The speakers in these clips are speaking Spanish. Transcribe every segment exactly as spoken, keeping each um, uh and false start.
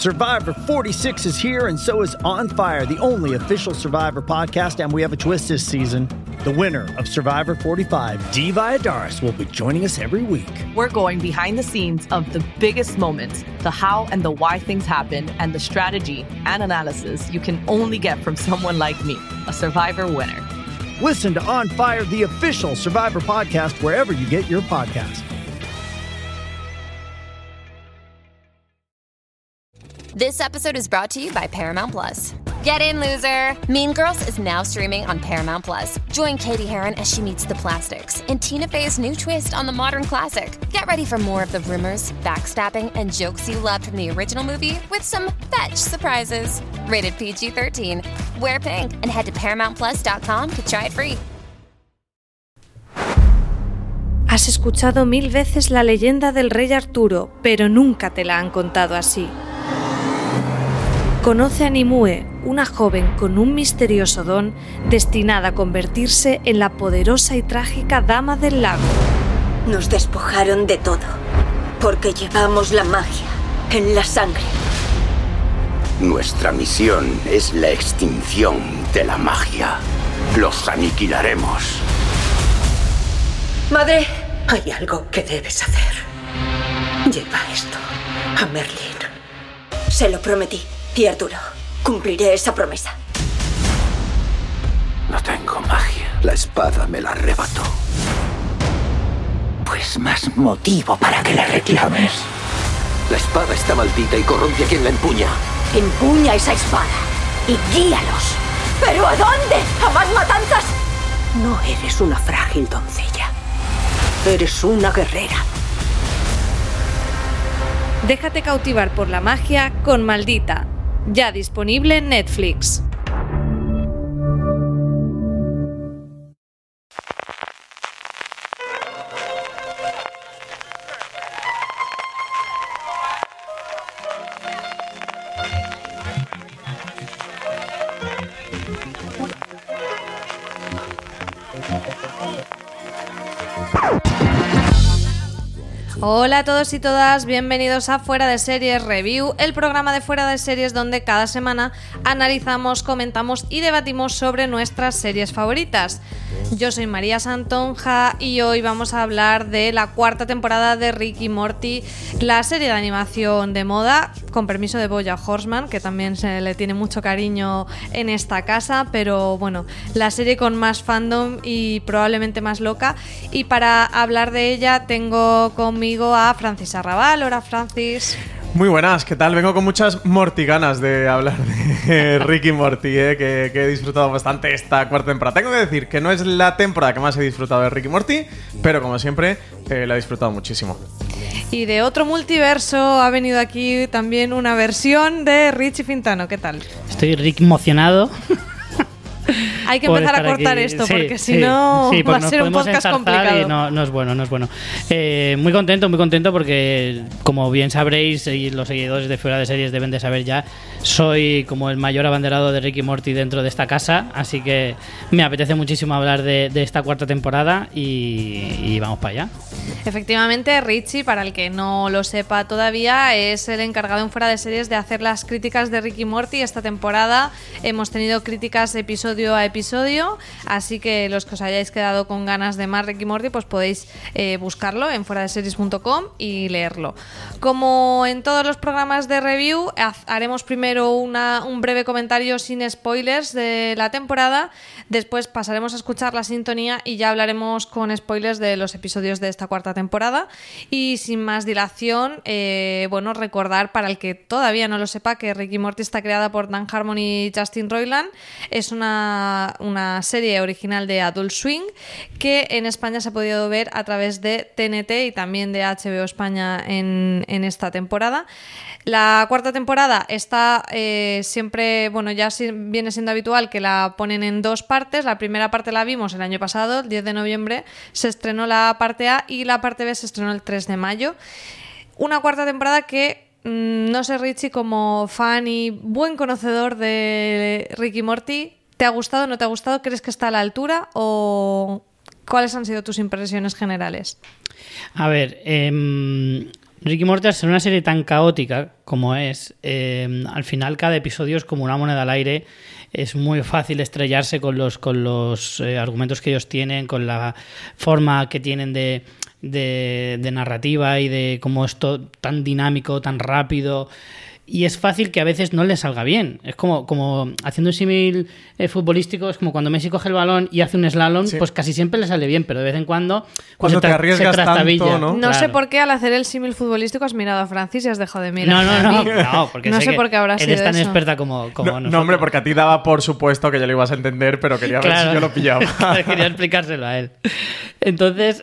Survivor forty-six is here, and so is On Fire, the only official Survivor podcast, and we have a twist this season. The winner of Survivor forty-five, Dee Valladares, will be joining us every week. We're going behind the scenes of the biggest moments, the how and the why things happen, and the strategy and analysis you can only get from someone like me, a Survivor winner. Listen to On Fire, the official Survivor podcast, wherever you get your podcast. This episode is brought to you by Paramount Plus. Get in, loser! Mean Girls is now streaming on Paramount Plus. Join Katie Heron as she meets the plastics in Tina Fey's new twist on the modern classic. Get ready for more of the rumors, backstabbing, and jokes you loved from the original movie with some fetch surprises. Rated P G thirteen. Wear pink and head to paramount plus dot com to try it free. Has escuchado mil veces la leyenda del rey Arturo, pero nunca te la han contado así. Conoce a Nimue, una joven con un misterioso don destinada a convertirse en la poderosa y trágica Dama del Lago. Nos despojaron de todo, porque llevamos la magia en la sangre. Nuestra misión es la extinción de la magia. Los aniquilaremos. Madre, hay algo que debes hacer. Lleva esto a Merlín. Se lo prometí. Y Arturo, cumpliré esa promesa. No tengo magia. La espada me la arrebató. Pues más motivo para que la reclames. La espada está maldita y corrompe a quien la empuña. Empuña esa espada y guíalos. ¿Pero a dónde? ¿A más matanzas? No eres una frágil doncella. Eres una guerrera. Déjate cautivar por la magia con Maldita. Ya disponible en Netflix. Hola a todos y todas, bienvenidos a Fuera de Series Review, el programa de Fuera de Series donde cada semana analizamos, comentamos y debatimos sobre nuestras series favoritas. Yo soy María Santonja y hoy vamos a hablar de la cuarta temporada de Rick y Morty, la serie de animación de moda, con permiso de BoJack Horseman, que también se le tiene mucho cariño en esta casa, pero bueno, la serie con más fandom y probablemente más loca. Y para hablar de ella tengo conmigo a Francis Arrabal. Hola, Francis. Muy buenas, ¿qué tal? Vengo con muchas Morty ganas de hablar de Rick y Morty, ¿eh? que, que he disfrutado bastante esta cuarta temporada. Tengo que decir que no es la temporada que más he disfrutado de Rick y Morty, pero como siempre eh, la he disfrutado muchísimo. Y de otro multiverso ha venido aquí también una versión de Richie Fintano. ¿Qué tal? Estoy Rick emocionado. Hay que empezar a cortar aquí esto, sí, porque si sí, no sí, va a ser un podcast complicado. Y no, no es bueno, no es bueno. Eh, muy contento, muy contento porque, como bien sabréis, y los seguidores de Fuera de Series deben de saber ya, soy como el mayor abanderado de Rick y Morty dentro de esta casa, así que me apetece muchísimo hablar de, de esta cuarta temporada y, y vamos para allá. Efectivamente, Richie, para el que no lo sepa todavía, es el encargado en Fuera de Series de hacer las críticas de Rick y Morty. Esta temporada hemos tenido críticas episodio a episodio, así que los que os hayáis quedado con ganas de más Rick y Morty, pues podéis eh, buscarlo en fuera de series punto com y leerlo. Como en todos los programas de review, haremos primero una, un breve comentario sin spoilers de la temporada, después pasaremos a escuchar la sintonía y ya hablaremos con spoilers de los episodios de esta cuarta temporada. Y sin más dilación, eh, bueno, recordar para el que todavía no lo sepa que Rick y Morty está creada por Dan Harmon y Justin Roiland. Es una, una serie original de Adult Swim que en España se ha podido ver a través de T N T y también de H B O España en, en esta temporada. La cuarta temporada está eh, siempre, bueno, ya viene siendo habitual que la ponen en dos partes. La primera parte la vimos el año pasado, el diez de noviembre, se estrenó la parte A y la parte B se estrenó el tres de mayo. Una cuarta temporada que, mmm, no sé, Richie, como fan y buen conocedor de Rick y Morty, ¿te ha gustado, no te ha gustado? ¿Crees que está a la altura o cuáles han sido tus impresiones generales? A ver, eh... Rick y Morty, al ser una serie tan caótica como es, eh, al final cada episodio es como una moneda al aire. Es muy fácil estrellarse con los, con los eh, argumentos que ellos tienen, con la forma que tienen de, de, de narrativa y de cómo es todo tan dinámico, tan rápido. Y es fácil que a veces no le salga bien. Es como, como haciendo un símil eh, futbolístico, es como cuando Messi coge el balón y hace un slalom, sí. Pues casi siempre le sale bien, pero de vez en cuando pues cuando se, te arriesgas se trastabilla. Tanto, ¿no? No Claro. sé por qué al hacer el símil futbolístico has mirado a Francis y has dejado de mirar. No, no, no, no, porque no sé, sé que por qué habrá sido eres tan eso. experta como, como No, nosotros. no, hombre, porque a ti daba por supuesto que ya lo ibas a entender, pero quería ver Claro. si yo lo pillaba. Quería explicárselo a él. Entonces,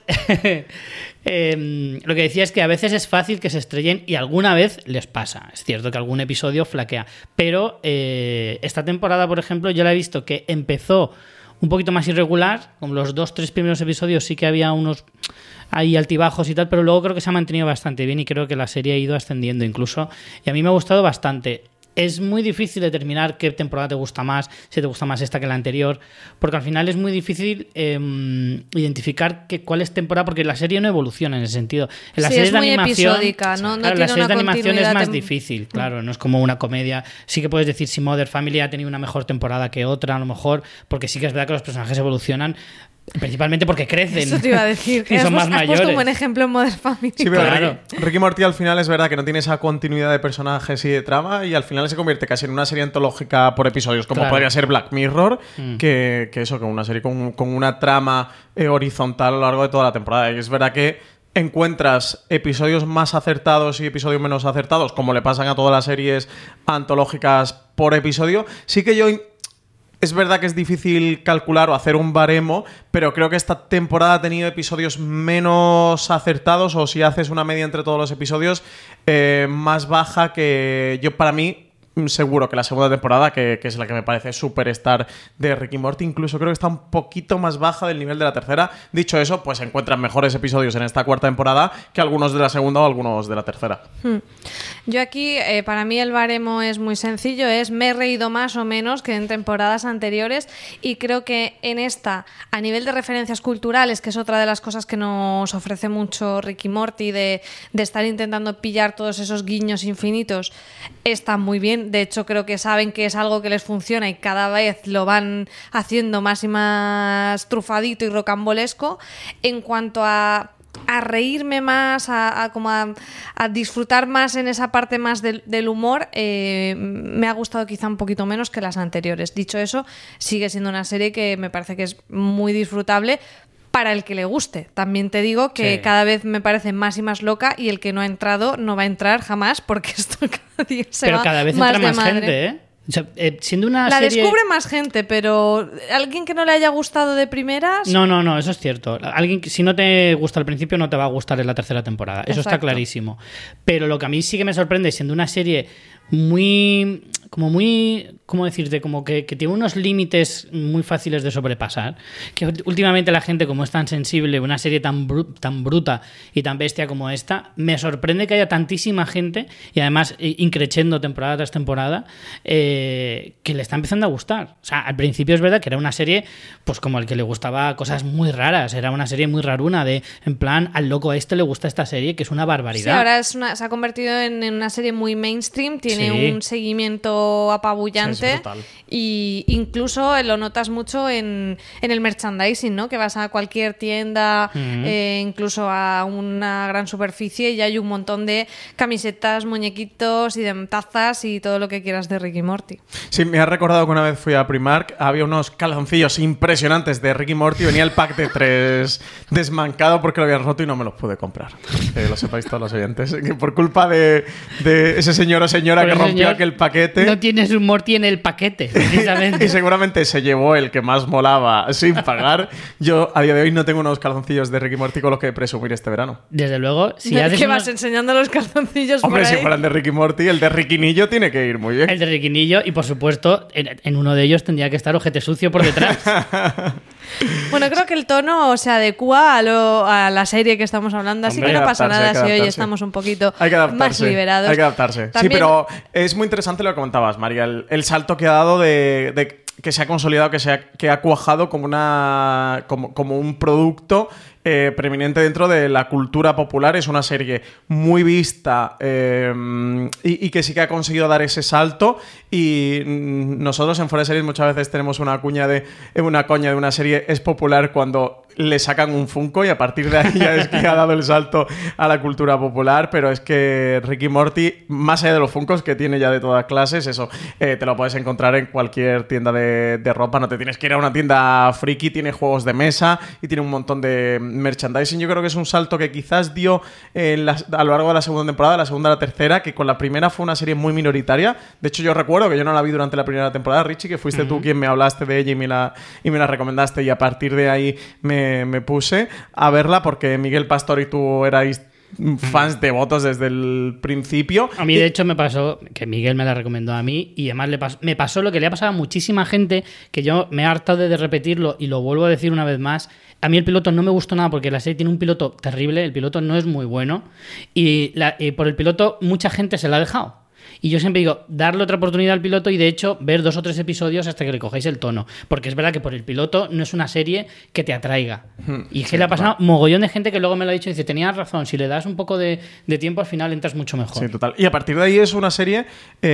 eh, lo que decía es que a veces es fácil que se estrellen y alguna vez les pasa. Es cierto que algún episodio flaquea. Pero eh, esta temporada, por ejemplo, yo la he visto que empezó un poquito más irregular. Con los dos, tres primeros episodios sí que había unos ahí altibajos y tal, pero luego creo que se ha mantenido bastante bien y creo que la serie ha ido ascendiendo incluso. Y a mí me ha gustado bastante. Es muy difícil determinar qué temporada te gusta más, si te gusta más esta que la anterior, porque al final es muy difícil eh, identificar que, cuál es temporada, porque la serie no evoluciona en ese sentido. En las Sí, series es de muy animación, episódica, no- no claro, tiene las series una de animación es continuidad más tem- difícil, claro, no es como una comedia. Sí que puedes decir si Modern Family ha tenido una mejor temporada que otra, a lo mejor, porque sí que es verdad que los personajes evolucionan, principalmente porque crecen. Eso te iba a decir. y has, son más has mayores. puesto un buen ejemplo en Modern Family. Sí, pero Claro. Rick, Rick y Morty al final es verdad que no tiene esa continuidad de personajes y de trama y al final se convierte casi en una serie antológica por episodios, como Claro. podría ser Black Mirror, Mm. que, que eso, que una serie con, con una trama eh, horizontal a lo largo de toda la temporada. Y es verdad que encuentras episodios más acertados y episodios menos acertados, como le pasan a todas las series antológicas por episodio. Sí que yo... Es verdad que es difícil calcular o hacer un baremo, pero creo que esta temporada ha tenido episodios menos acertados, o si haces una media entre todos los episodios, eh, más baja que yo, para mí, seguro que la segunda temporada, que, que es la que me parece superstar de Rick y Morty, incluso creo que está un poquito más baja del nivel de la tercera. Dicho eso, pues encuentran mejores episodios en esta cuarta temporada que algunos de la segunda o algunos de la tercera. Hmm. Yo aquí, eh, para mí el baremo es muy sencillo, es me he reído más o menos que en temporadas anteriores, y creo que en esta, a nivel de referencias culturales, que es otra de las cosas que nos ofrece mucho Rick y Morty, de, de estar intentando pillar todos esos guiños infinitos, está muy bien. De hecho, creo que saben que es algo que les funciona y cada vez lo van haciendo más y más trufadito y rocambolesco. En cuanto a a reírme más, a, a, como a, a disfrutar más en esa parte más del, del humor, eh, me ha gustado quizá un poquito menos que las anteriores. Dicho eso, sigue siendo una serie que me parece que es muy disfrutable para el que le guste. También te digo que Sí. cada vez me parece más y más loca, y el que no ha entrado no va a entrar jamás, porque esto cada día se Pero va cada vez más entra de más madre. gente, ¿eh? O sea, eh, siendo una La serie... descubre más gente, pero alguien que no le haya gustado de primeras... No, no, no, eso es cierto. Alguien que, si no te gusta al principio, no te va a gustar en la tercera temporada. Eso está Exacto. clarísimo. Pero lo que a mí sí que me sorprende, siendo una serie muy... como muy... ¿cómo decirte? Como que, que tiene unos límites muy fáciles de sobrepasar. Que últimamente la gente, como es tan sensible, una serie tan, bru- tan bruta y tan bestia como esta, me sorprende que haya tantísima gente, y además eh, increciendo temporada tras temporada, eh, que le está empezando a gustar. O sea, al principio es verdad que era una serie, pues como al que le gustaba cosas muy raras. Era una serie muy raruna, de, en plan, al loco a este le gusta esta serie, que es una barbaridad. Sí, ahora es una, se ha convertido en, en una serie muy mainstream, tiene Sí. un seguimiento apabullante, Sí, es brutal. y incluso lo notas mucho en, en el merchandising, ¿no? Que vas a cualquier tienda, Ujú. eh, incluso a una gran superficie, y hay un montón de camisetas, muñequitos y de tazas y todo lo que quieras de Rick y Morty. Sí, me ha recordado que una vez fui a Primark, había unos calzoncillos impresionantes de Rick y Morty, venía el pack de tres desmancado porque lo habían roto y no me los pude comprar. Que lo sepáis todos los oyentes, que por culpa de, de ese señor o señora Pero que el rompió señor aquel paquete. No tienes un Morty en el paquete, precisamente. Y seguramente se llevó el que más molaba sin pagar. Yo a día de hoy no tengo unos calzoncillos de Rick y Morty con los que presumir este verano. Desde luego, si haces ¿Qué unos- vas enseñando los calzoncillos Hombre, por si ahí? fueran de Rick y Morty, el de Rickinillo tiene que ir muy bien. el de Riquinillo, y por supuesto, en, en uno de ellos tendría que estar Ojete Sucio por detrás. Bueno, creo que el tono se adecua a, lo, a la serie que estamos hablando, así Hombre, que hay no que pasa adaptarse, nada hay que si hoy adaptarse. estamos un poquito Hay que más adaptarse. liberados. Hay que adaptarse. También- Sí, pero es muy interesante lo que comentabas, María. El, el salto que ha dado de, de que se ha consolidado, que, se ha, que ha cuajado como, una, como, como un producto eh, preeminente dentro de la cultura popular. Es una serie muy vista eh, y, y que sí que ha conseguido dar ese salto. Y nosotros en Fuera de Series muchas veces tenemos una cuña de una coña de una serie es popular cuando le sacan un Funko, y a partir de ahí ya es que ha dado el salto a la cultura popular. Pero es que Rick y Morty, más allá de los Funkos que tiene ya de todas clases, eso eh, te lo puedes encontrar en cualquier tienda de, de ropa. No te tienes que ir a una tienda friki. Tiene juegos de mesa y tiene un montón de merchandising. Yo creo que es un salto que quizás dio en la, a lo largo de la segunda temporada, la segunda a la tercera, que con la primera fue una serie muy minoritaria. De hecho, yo recuerdo que yo no la vi durante la primera temporada, Richie, que fuiste uh-huh. tú quien me hablaste de ella y me la, y me la recomendaste, y a partir de ahí me, me puse a verla porque Miguel Pastor y tú erais fans devotos desde el principio. A mí, de hecho, me pasó que Miguel me la recomendó a mí, y además le pasó, me pasó lo que le ha pasado a muchísima gente, que yo me he hartado de repetirlo y lo vuelvo a decir una vez más. A mí el piloto no me gustó nada porque la serie tiene un piloto terrible, el piloto no es muy bueno, y, la, y por el piloto mucha gente se la ha dejado. Y yo siempre digo, darle otra oportunidad al piloto y, de hecho, ver dos o tres episodios hasta que le cojáis el tono. Porque es verdad que por el piloto no es una serie que te atraiga. Y es que sí, le ha pasado claro. mogollón de gente que luego me lo ha dicho y dice, tenías razón, si le das un poco de, de tiempo al final entras mucho mejor. Sí, total. Y a partir de ahí es una serie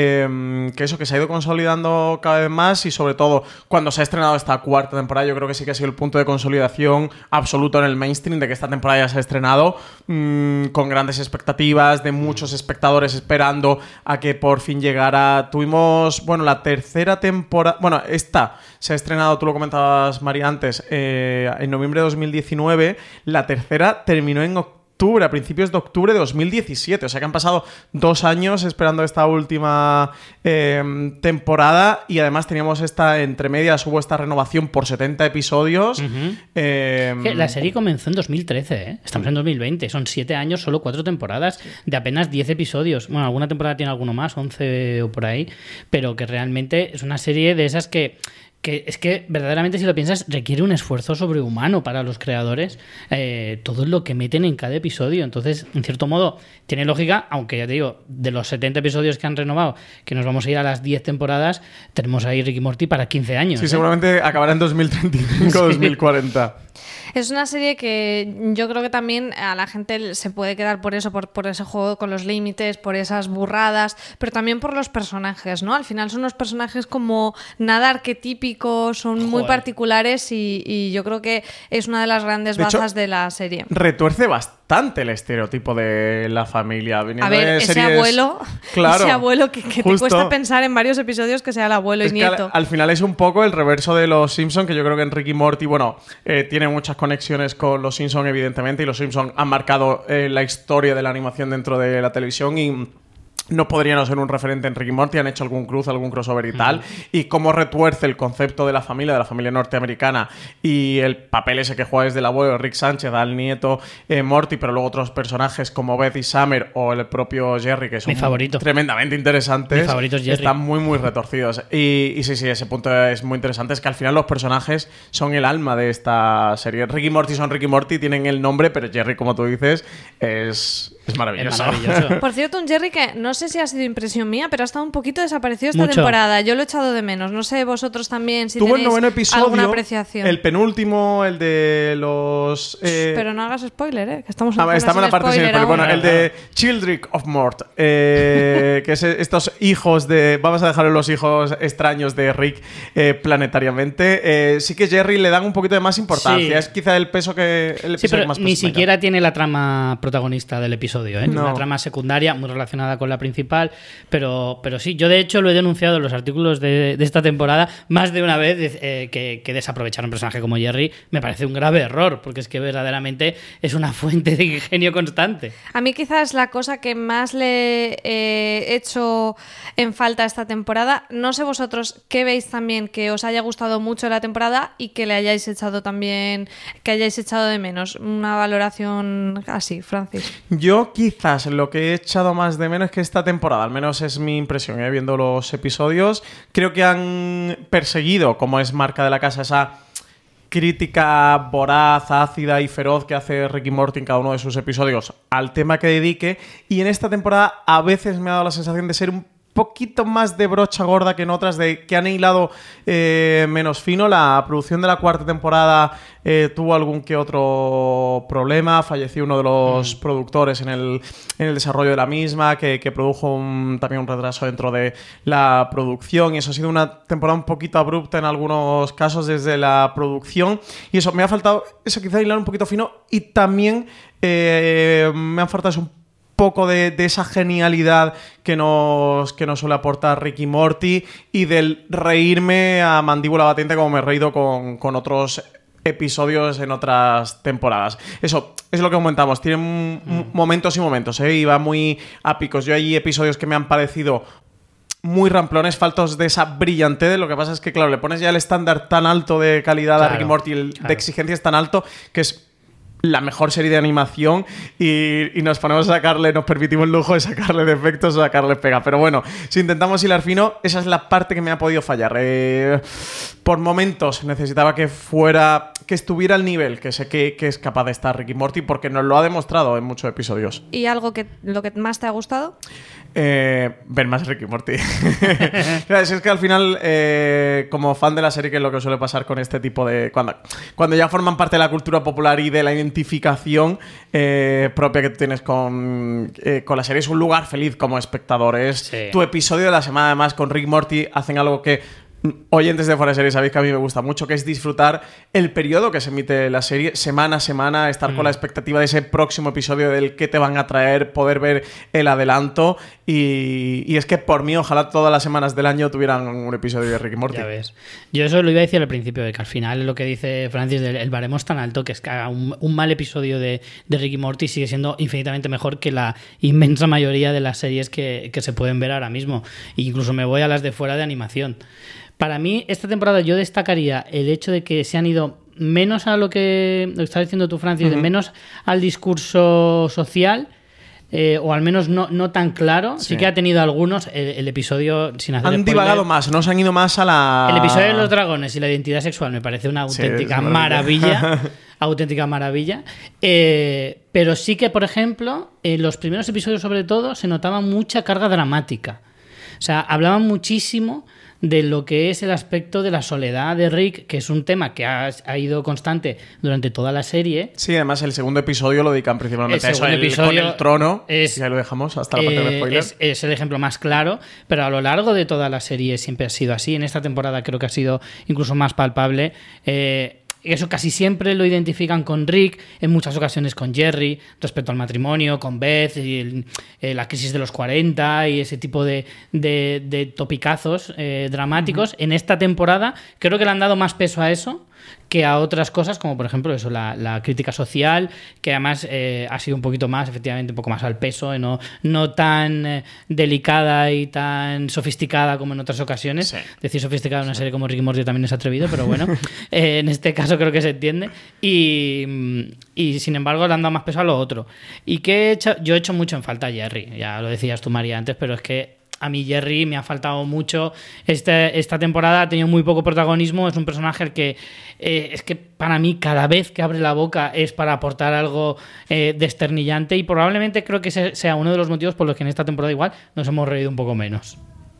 eh, que eso, que se ha ido consolidando cada vez más, y sobre todo cuando se ha estrenado esta cuarta temporada, yo creo que sí que ha sido el punto de consolidación absoluto en el mainstream, de que esta temporada ya se ha estrenado mmm, con grandes expectativas, de muchos espectadores esperando a que por fin llegara. Tuvimos, bueno, la tercera temporada, bueno, esta se ha estrenado, tú lo comentabas, María, antes, eh, en noviembre de dos mil diecinueve. La tercera terminó en octubre, a principios de octubre de dos mil diecisiete. O sea que han pasado dos años esperando esta última eh, temporada, y además teníamos esta, entre medias, hubo esta renovación por setenta episodios. Uh-huh. eh, la serie comenzó en dos mil trece, ¿eh? Estamos en dos mil veinte. Son siete años, solo cuatro temporadas de apenas diez episodios. Bueno, alguna temporada tiene alguno más, once o por ahí, pero que realmente es una serie de esas que... que es que verdaderamente, si lo piensas, requiere un esfuerzo sobrehumano para los creadores, eh, todo lo que meten en cada episodio. Entonces, en cierto modo, tiene lógica, aunque ya te digo, de los setenta episodios que han renovado, que nos vamos a ir a las diez temporadas, tenemos ahí Rick y Morty para quince años. Sí, ¿eh? Seguramente acabará en dos mil treinta y cinco, sí. dos mil cuarenta. Es una serie que yo creo que también a la gente se puede quedar por eso, por, por ese juego con los límites, por esas burradas, pero también por los personajes, ¿no? Al final son unos personajes como nada arquetípicos, son muy Joder. particulares, y, y yo creo que es una de las grandes de bazas hecho, de la serie. Retuerce bastante el estereotipo de la familia. Viniendo a ver, de ese series... abuelo, claro, ese abuelo que, que te cuesta pensar en varios episodios que sea el abuelo es y nieto. Al, al final es un poco el reverso de los Simpsons, que yo creo que en Rick y Morty, bueno, eh, tiene muchas conexiones con los Simpsons, evidentemente, y los Simpsons han marcado eh, la historia de la animación dentro de la televisión, y no podría no ser un referente en Rick y Morty. Han hecho algún cruce, algún crossover y tal. Mm. Y cómo retuerce el concepto de la familia, de la familia norteamericana, y el papel ese que juega desde el abuelo, Rick Sánchez, al nieto eh, Morty, pero luego otros personajes como Beth y Summer o el propio Jerry, que son Mi favorito. tremendamente interesantes. Mi favorito es Jerry. Están muy, muy retorcidos. Y, y sí, sí, ese punto es muy interesante. Es que al final los personajes son el alma de esta serie. Rick y Morty son Rick y Morty, tienen el nombre, pero Jerry, como tú dices, es... Es maravilloso. Es maravilloso. Por cierto, un Jerry que no sé si ha sido impresión mía, pero ha estado un poquito desaparecido esta Mucho. temporada. Yo lo he echado de menos. No sé vosotros también si Tuvo tenéis el noveno episodio, alguna apreciación. El penúltimo, el de los... Eh... Pero no hagas spoiler, ¿eh? Que estamos en, ah, estamos en la parte sin spoiler. Bueno, el de Children of Mort, eh, que es estos hijos de... Vamos a dejarlo los hijos extraños de Rick eh, planetariamente. Eh, sí que Jerry le dan un poquito de más importancia. Sí. Es quizá el peso que... El sí, pero que más ni siquiera venga. Tiene la trama protagonista del episodio, ¿eh? No. Una trama secundaria muy relacionada con la principal, pero, pero sí, yo de hecho lo he denunciado en los artículos de, de esta temporada más de una vez, eh, que, que desaprovechar un personaje como Jerry me parece un grave error, porque es que verdaderamente es una fuente de ingenio constante. A mí quizás la cosa que más le he hecho en falta esta temporada, no sé vosotros qué veis también que os haya gustado mucho la temporada y que le hayáis echado también, que hayáis echado de menos, una valoración así, Francis. Yo quizás lo que he echado más de menos es que esta temporada, al menos es mi impresión, ¿eh? Viendo los episodios, creo que han perseguido, como es marca de la casa, esa crítica voraz, ácida y feroz que hace Rick y Morty en cada uno de sus episodios al tema que dedique, y en esta temporada a veces me ha dado la sensación de ser un poquito más de brocha gorda que en otras, de que han hilado eh, menos fino. La producción de la cuarta temporada eh, tuvo algún que otro problema. Falleció uno de los mm. productores en el, en el desarrollo de la misma, que, que produjo un, también un retraso dentro de la producción. Y eso ha sido una temporada un poquito abrupta en algunos casos desde la producción. Y eso, me ha faltado, eso quizá hilar un poquito fino. Y también eh, me han faltado un poco de, de esa genialidad que nos, que nos suele aportar Rick y Morty, y del reírme a mandíbula batiente como me he reído con, con otros episodios en otras temporadas. Eso es lo que comentamos, tienen mm. momentos y momentos, ¿eh? Y va muy a picos. Yo hay episodios que me han parecido muy ramplones, faltos de esa brillantez. Lo que pasa es que, claro, le pones ya el estándar tan alto de calidad claro, a Rick y Morty, el claro. de exigencias tan alto, que es la mejor serie de animación, y, y nos ponemos a sacarle, nos permitimos el lujo de sacarle defectos o sacarle pega. Pero bueno, si intentamos hilar fino, esa es la parte que me ha podido fallar. Eh, por momentos necesitaba que fuera, que estuviera al nivel que sé que, que es capaz de estar Rick y Morty, porque nos lo ha demostrado en muchos episodios. ¿Y algo que lo que más te ha gustado? Eh, ver más Rick y Morty. Es, es que al final, eh, como fan de la serie, que es lo que suele pasar con este tipo de... Cuando, cuando ya forman parte de la cultura popular y de la identificación eh, propia que tú tienes con, eh, con la serie, es un lugar feliz como espectador. Es sí. tu episodio de la semana. Además, con Rick y Morty hacen algo que... Oyentes de Fuera de Series, sabéis que a mí me gusta mucho, que es disfrutar el periodo que se emite la serie, semana a semana, estar mm. con la expectativa de ese próximo episodio, del que te van a traer, poder ver el adelanto. Y, y es que por mí, ojalá todas las semanas del año tuvieran un episodio de Rick y Morty. Ya ves. Yo eso lo iba a decir al principio, de que al final lo que dice Francis, del, el baremo es tan alto que es que un, un mal episodio de, de Rick y Morty sigue siendo infinitamente mejor que la inmensa mayoría de las series que, que se pueden ver ahora mismo. E incluso me voy a las de fuera de animación. Para mí, esta temporada yo destacaría el hecho de que se han ido menos a lo que, lo estás diciendo tú, Francis, uh-huh. menos al discurso social, eh, o al menos no, no tan claro. Sí. sí que ha tenido algunos, el, el episodio, sin hacer Han spoiler, divagado más, no se han ido más a la... El episodio de los dragones y la identidad sexual me parece una auténtica sí, maravilla. auténtica maravilla. Eh, pero sí que, por ejemplo, en los primeros episodios sobre todo, se notaba mucha carga dramática. O sea, hablaban muchísimo de lo que es el aspecto de la soledad de Rick, que es un tema que ha, ha ido constante durante toda la serie. Sí, además el segundo episodio lo dedican principalmente a eso, el, episodio con el trono, es, ya lo dejamos hasta la parte eh, de spoiler. Es, es el ejemplo más claro, pero a lo largo de toda la serie siempre ha sido así. En esta temporada creo que ha sido incluso más palpable. Eh, Eso casi siempre lo identifican con Rick, en muchas ocasiones con Jerry, respecto al matrimonio, con Beth, y el, eh, la crisis de los cuarenta y ese tipo de, de, de topicazos eh, dramáticos. Uh-huh. En esta temporada creo que le han dado más peso a eso que a otras cosas, como por ejemplo eso, la, la crítica social, que además eh, ha sido un poquito más, efectivamente, un poco más al peso, eh, no, no tan eh, delicada y tan sofisticada como en otras ocasiones. Sí. Decir sofisticada en una sí. serie como Rick y Morty también es atrevido, pero bueno, eh, en este caso creo que se entiende. Y, y sin embargo le han dado más peso a lo otro. Y que he hecho, yo he hecho mucho en falta a Jerry, ya lo decías tú, María, antes, pero es que a mí Jerry me ha faltado mucho. Este, esta temporada ha tenido muy poco protagonismo. Es un personaje al que eh, es que para mí cada vez que abre la boca es para aportar algo eh, desternillante, y probablemente creo que ese sea uno de los motivos por los que en esta temporada igual nos hemos reído un poco menos.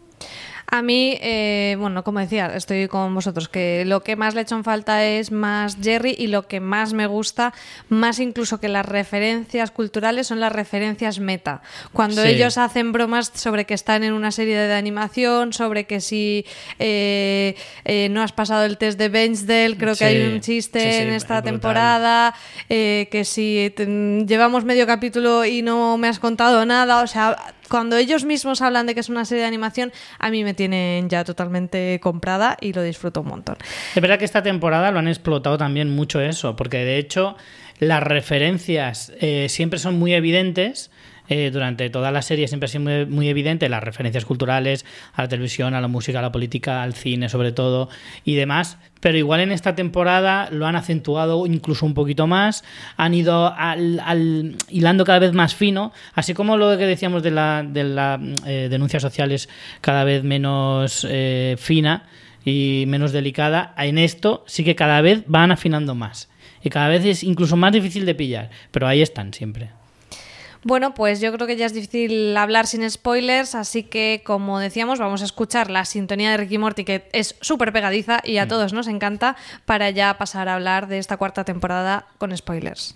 A mí, eh, bueno, como decía, estoy con vosotros, que lo que más le he hecho en falta es más Jerry, y lo que más me gusta, más incluso que las referencias culturales, son las referencias meta. Cuando sí. ellos hacen bromas sobre que están en una serie de animación, sobre que si eh, eh, no has pasado el test de Bechdel, creo sí. que hay un chiste sí, sí, en esta temporada, eh, que si te, llevamos medio capítulo y no me has contado nada, o sea... Cuando ellos mismos hablan de que es una serie de animación, a mí me tienen ya totalmente comprada y lo disfruto un montón. Es verdad que esta temporada lo han explotado también mucho eso, porque de hecho las referencias eh, siempre son muy evidentes. Eh, durante toda la serie siempre ha sido muy, muy evidente las referencias culturales a la televisión, a la música, a la política, al cine sobre todo y demás, pero igual en esta temporada lo han acentuado incluso un poquito más, han ido al, al, hilando cada vez más fino, así como lo que decíamos de la, de la eh, denuncia social es cada vez menos eh, fina y menos delicada. En esto sí que cada vez van afinando más y cada vez es incluso más difícil de pillar, pero ahí están siempre. Bueno, pues yo creo que ya es difícil hablar sin spoilers, así que, como decíamos, vamos a escuchar la sintonía de Rick y Morty, que es súper pegadiza y a mm. todos nos encanta, para ya pasar a hablar de esta cuarta temporada con spoilers.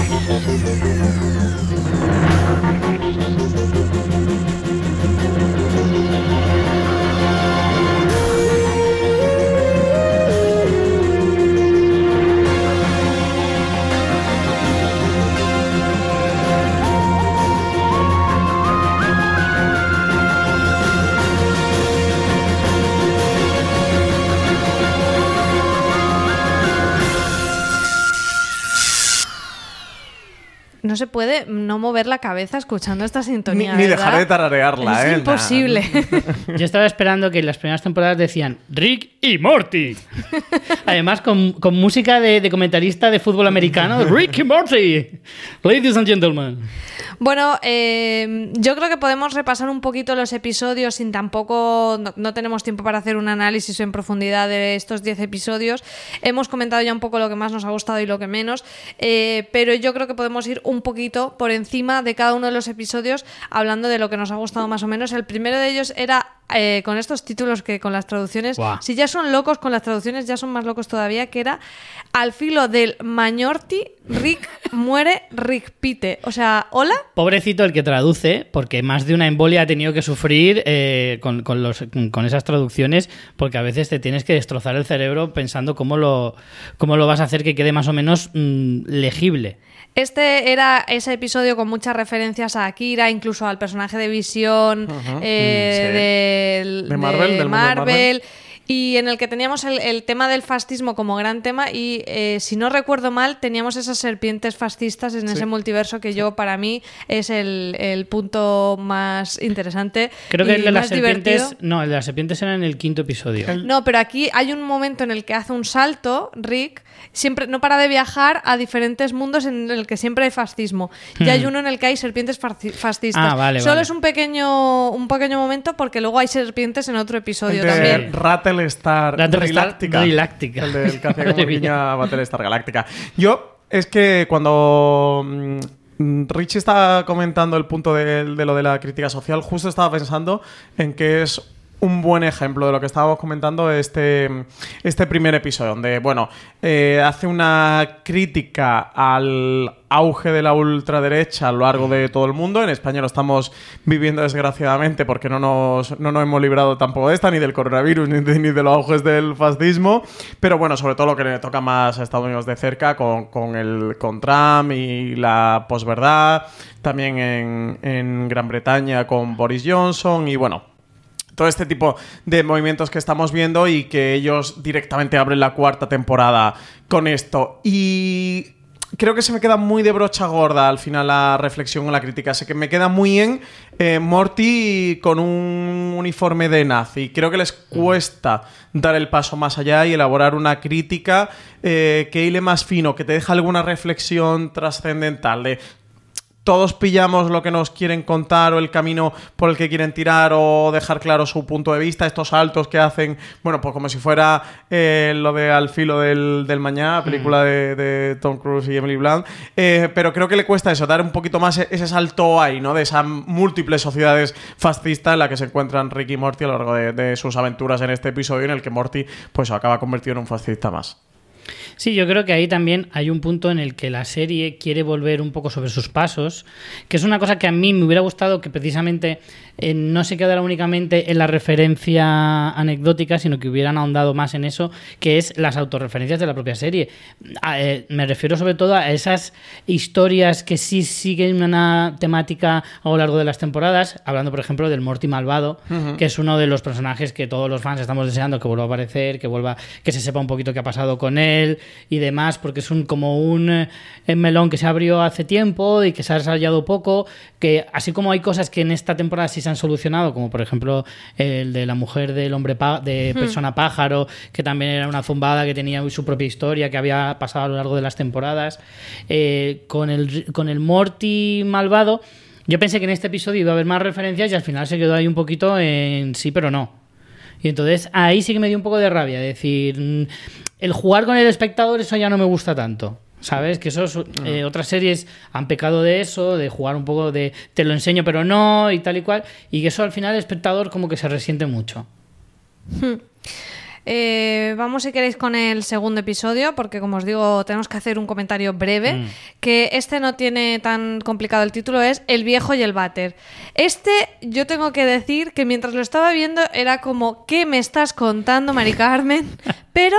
No se puede no mover la cabeza escuchando esta sintonía. Ni, ni ¿verdad? dejar de tararearla, es ¿eh? imposible. Yo estaba esperando que en las primeras temporadas decían Rick y Morty. Además, con, con música de, de comentarista de fútbol americano. Rick y Morty. Ladies and gentlemen. Bueno, eh, yo creo que podemos repasar un poquito los episodios sin tampoco... No, no tenemos tiempo para hacer un análisis en profundidad de estos diez episodios. Hemos comentado ya un poco lo que más nos ha gustado y lo que menos, eh, pero yo creo que podemos ir un poquito por encima de cada uno de los episodios hablando de lo que nos ha gustado más o menos. El primero de ellos era... Eh, con estos títulos que con las traducciones, wow. Si ya son locos con las traducciones, ya son más locos todavía, que era Al filo del Mañorti, Rick muere, Rick pite. O sea, ¿hola? Pobrecito el que traduce, porque más de una embolia ha tenido que sufrir eh, con, con, los, con esas traducciones, porque a veces te tienes que destrozar el cerebro pensando cómo lo, cómo lo vas a hacer que quede más o menos mmm, legible. Este era ese episodio con muchas referencias a Akira, incluso al personaje de Visión, uh-huh. eh, mm, sí. de, de Marvel, de del Marvel, Marvel. Y en el que teníamos el, el tema del fascismo como gran tema y, eh, si no recuerdo mal, teníamos esas serpientes fascistas en sí. ese multiverso que yo, para mí, es el, el punto más interesante. Creo que y el de las serpientes... divertido. No, el de las serpientes era en el quinto episodio. El... No, pero aquí hay un momento en el que hace un salto, Rick, siempre no para de viajar a diferentes mundos en el que siempre hay fascismo. Hmm. Y hay uno en el que hay serpientes fascistas. Ah, vale, Solo vale. es un pequeño, un pequeño momento porque luego hay serpientes en otro episodio el de también. Battlestar Galactica. Galactica. El del que hacía como niña Battlestar Galactica. Yo, es que cuando mmm, Richie estaba comentando el punto de, de lo de la crítica social, justo estaba pensando en que es un buen ejemplo de lo que estábamos comentando este, este primer episodio, donde, bueno, eh, hace una crítica al auge de la ultraderecha a lo largo de todo el mundo. En España lo estamos viviendo desgraciadamente porque no nos, no nos hemos librado tampoco de esta, ni del coronavirus, ni de, ni de los auges del fascismo. Pero bueno, sobre todo lo que le toca más a Estados Unidos de cerca con, con, el, con Trump y la posverdad. También en, en Gran Bretaña con Boris Johnson y bueno... todo este tipo de movimientos que estamos viendo y que ellos directamente abren la cuarta temporada con esto. Y creo que se me queda muy de brocha gorda al final la reflexión o la crítica. Sé que me queda muy en eh, Morty con un uniforme de nazi. Creo que les cuesta dar el paso más allá y elaborar una crítica eh, que hile más fino, que te deja alguna reflexión trascendental de... todos pillamos lo que nos quieren contar o el camino por el que quieren tirar o dejar claro su punto de vista, estos saltos que hacen, bueno, pues como si fuera eh, lo de Al filo del, del mañana, película mm. de, de Tom Cruise y Emily Blunt, eh, pero creo que le cuesta eso, dar un poquito más ese salto ahí, ¿no? De esas múltiples sociedades fascistas en las que se encuentran Rick y Morty a lo largo de, de sus aventuras en este episodio en el que Morty pues acaba convertido en un fascista más. Sí, yo creo que ahí también hay un punto en el que la serie quiere volver un poco sobre sus pasos, que es una cosa que a mí me hubiera gustado que precisamente eh, no se quedara únicamente en la referencia anecdótica, sino que hubieran ahondado más en eso, que es las autorreferencias de la propia serie. A, eh, me refiero sobre todo a esas historias que sí siguen una temática a lo largo de las temporadas, hablando por ejemplo del Morty malvado, uh-huh. que es uno de los personajes que todos los fans estamos deseando que vuelva a aparecer, que vuelva, que se sepa un poquito qué ha pasado con él y demás, porque es un como un eh, melón que se abrió hace tiempo y que se ha desarrollado poco, que así como hay cosas que en esta temporada sí se han solucionado, como por ejemplo el de la mujer del hombre pa- de persona pájaro, que también era una zumbada que tenía su propia historia que había pasado a lo largo de las temporadas, eh, con el con el Morty malvado yo pensé que en este episodio iba a haber más referencias y al final se quedó ahí un poquito en sí pero no. Y entonces ahí sí que me dio un poco de rabia, decir, el jugar con el espectador, eso ya no me gusta tanto. ¿Sabes? Que esos, eh, otras series han pecado de eso, de jugar un poco de te lo enseño pero no y tal y cual, y que eso al final el espectador como que se resiente mucho. Hmm. Eh, vamos, si queréis, con el segundo episodio, porque como os digo, tenemos que hacer un comentario breve, mm. que este no tiene tan complicado el título, es El viejo y el váter. Este, yo tengo que decir que mientras lo estaba viendo era como, ¿qué me estás contando, Mari Carmen? Pero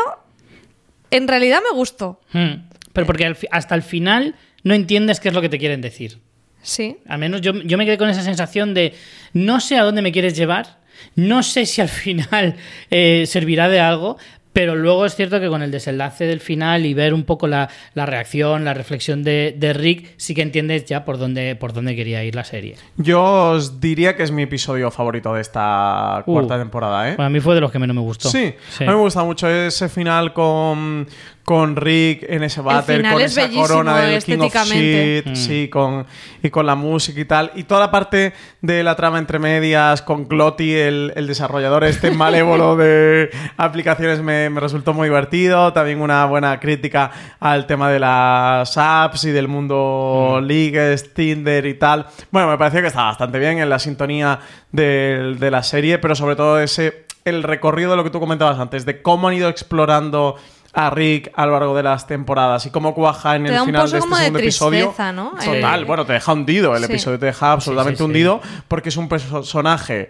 en realidad me gustó. Mm. Pero porque al, hasta el final no entiendes qué es lo que te quieren decir. Sí. Al menos yo, yo me quedé con esa sensación de no sé a dónde me quieres llevar. No sé si al final eh, servirá de algo, pero luego es cierto que con el desenlace del final y ver un poco la, la reacción, la reflexión de, de Rick, sí que entiendes ya por dónde, por dónde quería ir la serie. Yo os diría que es mi episodio favorito de esta uh, cuarta temporada, ¿eh? Para mí fue de los que menos me gustó. Sí, sí. A mí me gusta mucho ese final con... con Rick en ese váter, con esa corona del King of Shit, mm. sí, con, y con la música y tal. Y toda la parte de la trama entre medias, con Glotty, el, el desarrollador este malévolo de aplicaciones, me, me resultó muy divertido. También una buena crítica al tema de las apps y del mundo mm. Leagues, Tinder y tal. Bueno, me pareció que estaba bastante bien en la sintonía de, de la serie, pero sobre todo ese el recorrido de lo que tú comentabas antes, de cómo han ido explorando a Rick a lo largo de las temporadas y cómo cuaja en te el final de este segundo de episodio. ¿No? Total, eh... bueno, te deja hundido. El sí. episodio te deja absolutamente sí, sí, hundido sí. porque es un personaje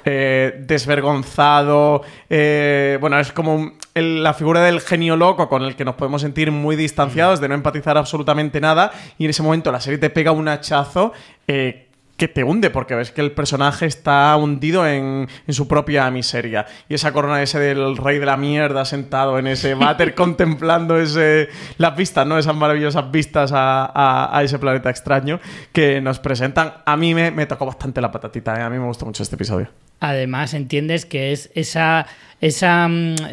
eh, desvergonzado. Eh, bueno, es como el, la figura del genio loco con el que nos podemos sentir muy distanciados, mm. de no empatizar absolutamente nada. Y en ese momento la serie te pega un hachazo eh, que te hunde, porque ves que el personaje está hundido en, en su propia miseria. Y esa corona ese del rey de la mierda sentado en ese váter contemplando ese, las vistas, ¿no? Esas maravillosas vistas a, a, a ese planeta extraño que nos presentan. A mí me, me tocó bastante la patatita, ¿eh? A mí me gustó mucho este episodio. Además, entiendes que es esa, esa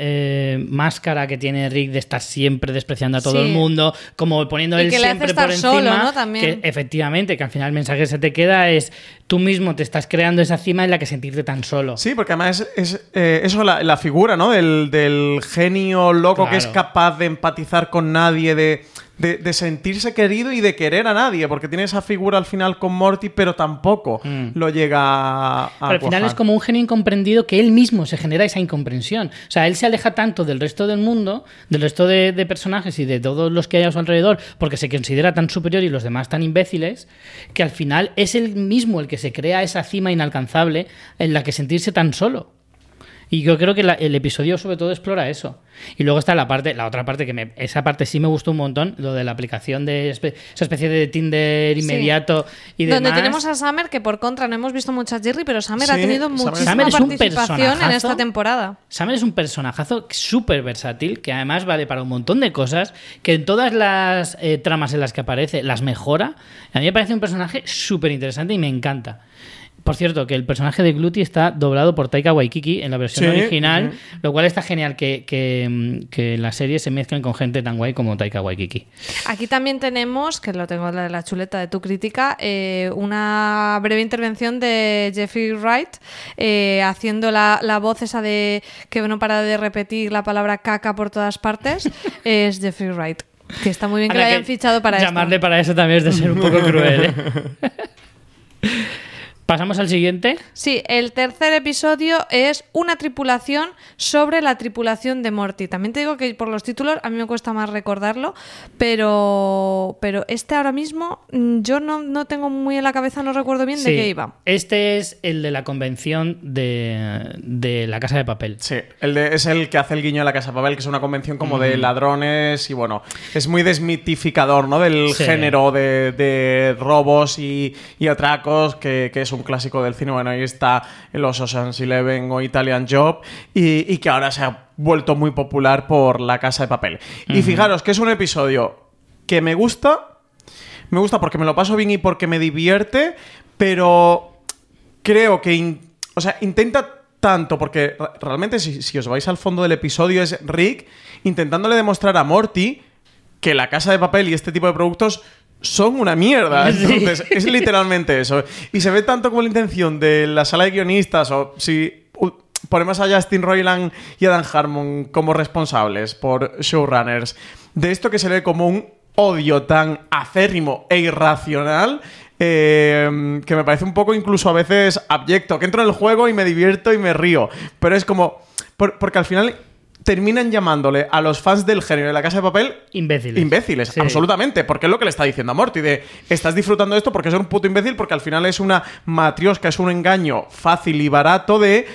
eh, máscara que tiene Rick de estar siempre despreciando a todo sí. el mundo, como poniendo él siempre por encima. Solo, ¿no? También. Que efectivamente, que al final el mensaje que se te queda es tú mismo te estás creando esa cima en la que sentirte tan solo. Sí, porque además es, es eh, eso la, la figura, ¿no? Del, del genio loco claro. que es capaz de empatizar con nadie, de... De, de sentirse querido y de querer a nadie, porque tiene esa figura al final con Morty, pero tampoco mm. lo llega a, a al final es como un genio incomprendido que él mismo se genera esa incomprensión. O sea, él se aleja tanto del resto del mundo, del resto de, de personajes y de todos los que hay a su alrededor, porque se considera tan superior y los demás tan imbéciles, que al final es él mismo el que se crea esa cima inalcanzable en la que sentirse tan solo. Y yo creo que la, el episodio sobre todo explora eso. Y luego está la parte, la otra parte que me, esa parte sí me gustó un montón, lo de la aplicación de espe, esa especie de Tinder inmediato sí. y demás. Donde tenemos a Summer, que por contra no hemos visto mucho a Jerry, pero Summer sí, ha tenido muchísima Summer participación en esta temporada. Summer es un personajazo súper versátil, que además vale para un montón de cosas, que en todas las eh, tramas en las que aparece las mejora. A mí me parece un personaje súper interesante y me encanta. Por cierto, que el personaje de Glutty está doblado por Taika Waititi en la versión sí, original, uh-huh. lo cual está genial que, que, que en la serie se mezclen con gente tan guay como Taika Waititi. Aquí también tenemos, que lo tengo en la chuleta de tu crítica, eh, una breve intervención de Jeffrey Wright eh, haciendo la, la voz esa de que no para de repetir la palabra caca por todas partes. Es Jeffrey Wright, que está muy bien que lo hayan fichado para eso. Llamarle esto. Para eso también es de ser un poco cruel, ¿eh? ¿Pasamos al siguiente? Sí, el tercer episodio es una tripulación sobre la tripulación de Morty. También te digo que por los títulos a mí me cuesta más recordarlo, pero, pero este ahora mismo yo no, no tengo muy en la cabeza, no recuerdo bien sí, de qué iba. Este es el de la convención de, de La Casa de Papel. Sí, el de, es el que hace el guiño a La Casa de Papel, que es una convención como mm. de ladrones y bueno, es muy desmitificador, ¿no? Del sí. género de, de robos y, y atracos, que, que es un clásico del cine. Bueno, ahí está los Ocean's Eleven o Italian Job y, y que ahora se ha vuelto muy popular por La Casa de Papel. Uh-huh. Y fijaros que es un episodio que me gusta, me gusta porque me lo paso bien y porque me divierte, pero creo que in, o sea, intenta tanto, porque realmente si, si os vais al fondo del episodio es Rick intentándole demostrar a Morty que La Casa de Papel y este tipo de productos son una mierda. Entonces, sí. es literalmente eso. Y se ve tanto como la intención de la sala de guionistas, o si uh, ponemos a Justin Roiland y a Dan Harmon como responsables por showrunners, de esto que se ve como un odio tan acérrimo e irracional eh, que me parece un poco incluso a veces abyecto, que entro en el juego y me divierto y me río, pero es como... Por, porque al final... terminan llamándole a los fans del género de La Casa de Papel imbéciles. Imbéciles, sí. Absolutamente. Porque es lo que le está diciendo a Morty. De, estás disfrutando de esto porque eres un puto imbécil, porque al final es una matriosca, es un engaño fácil y barato de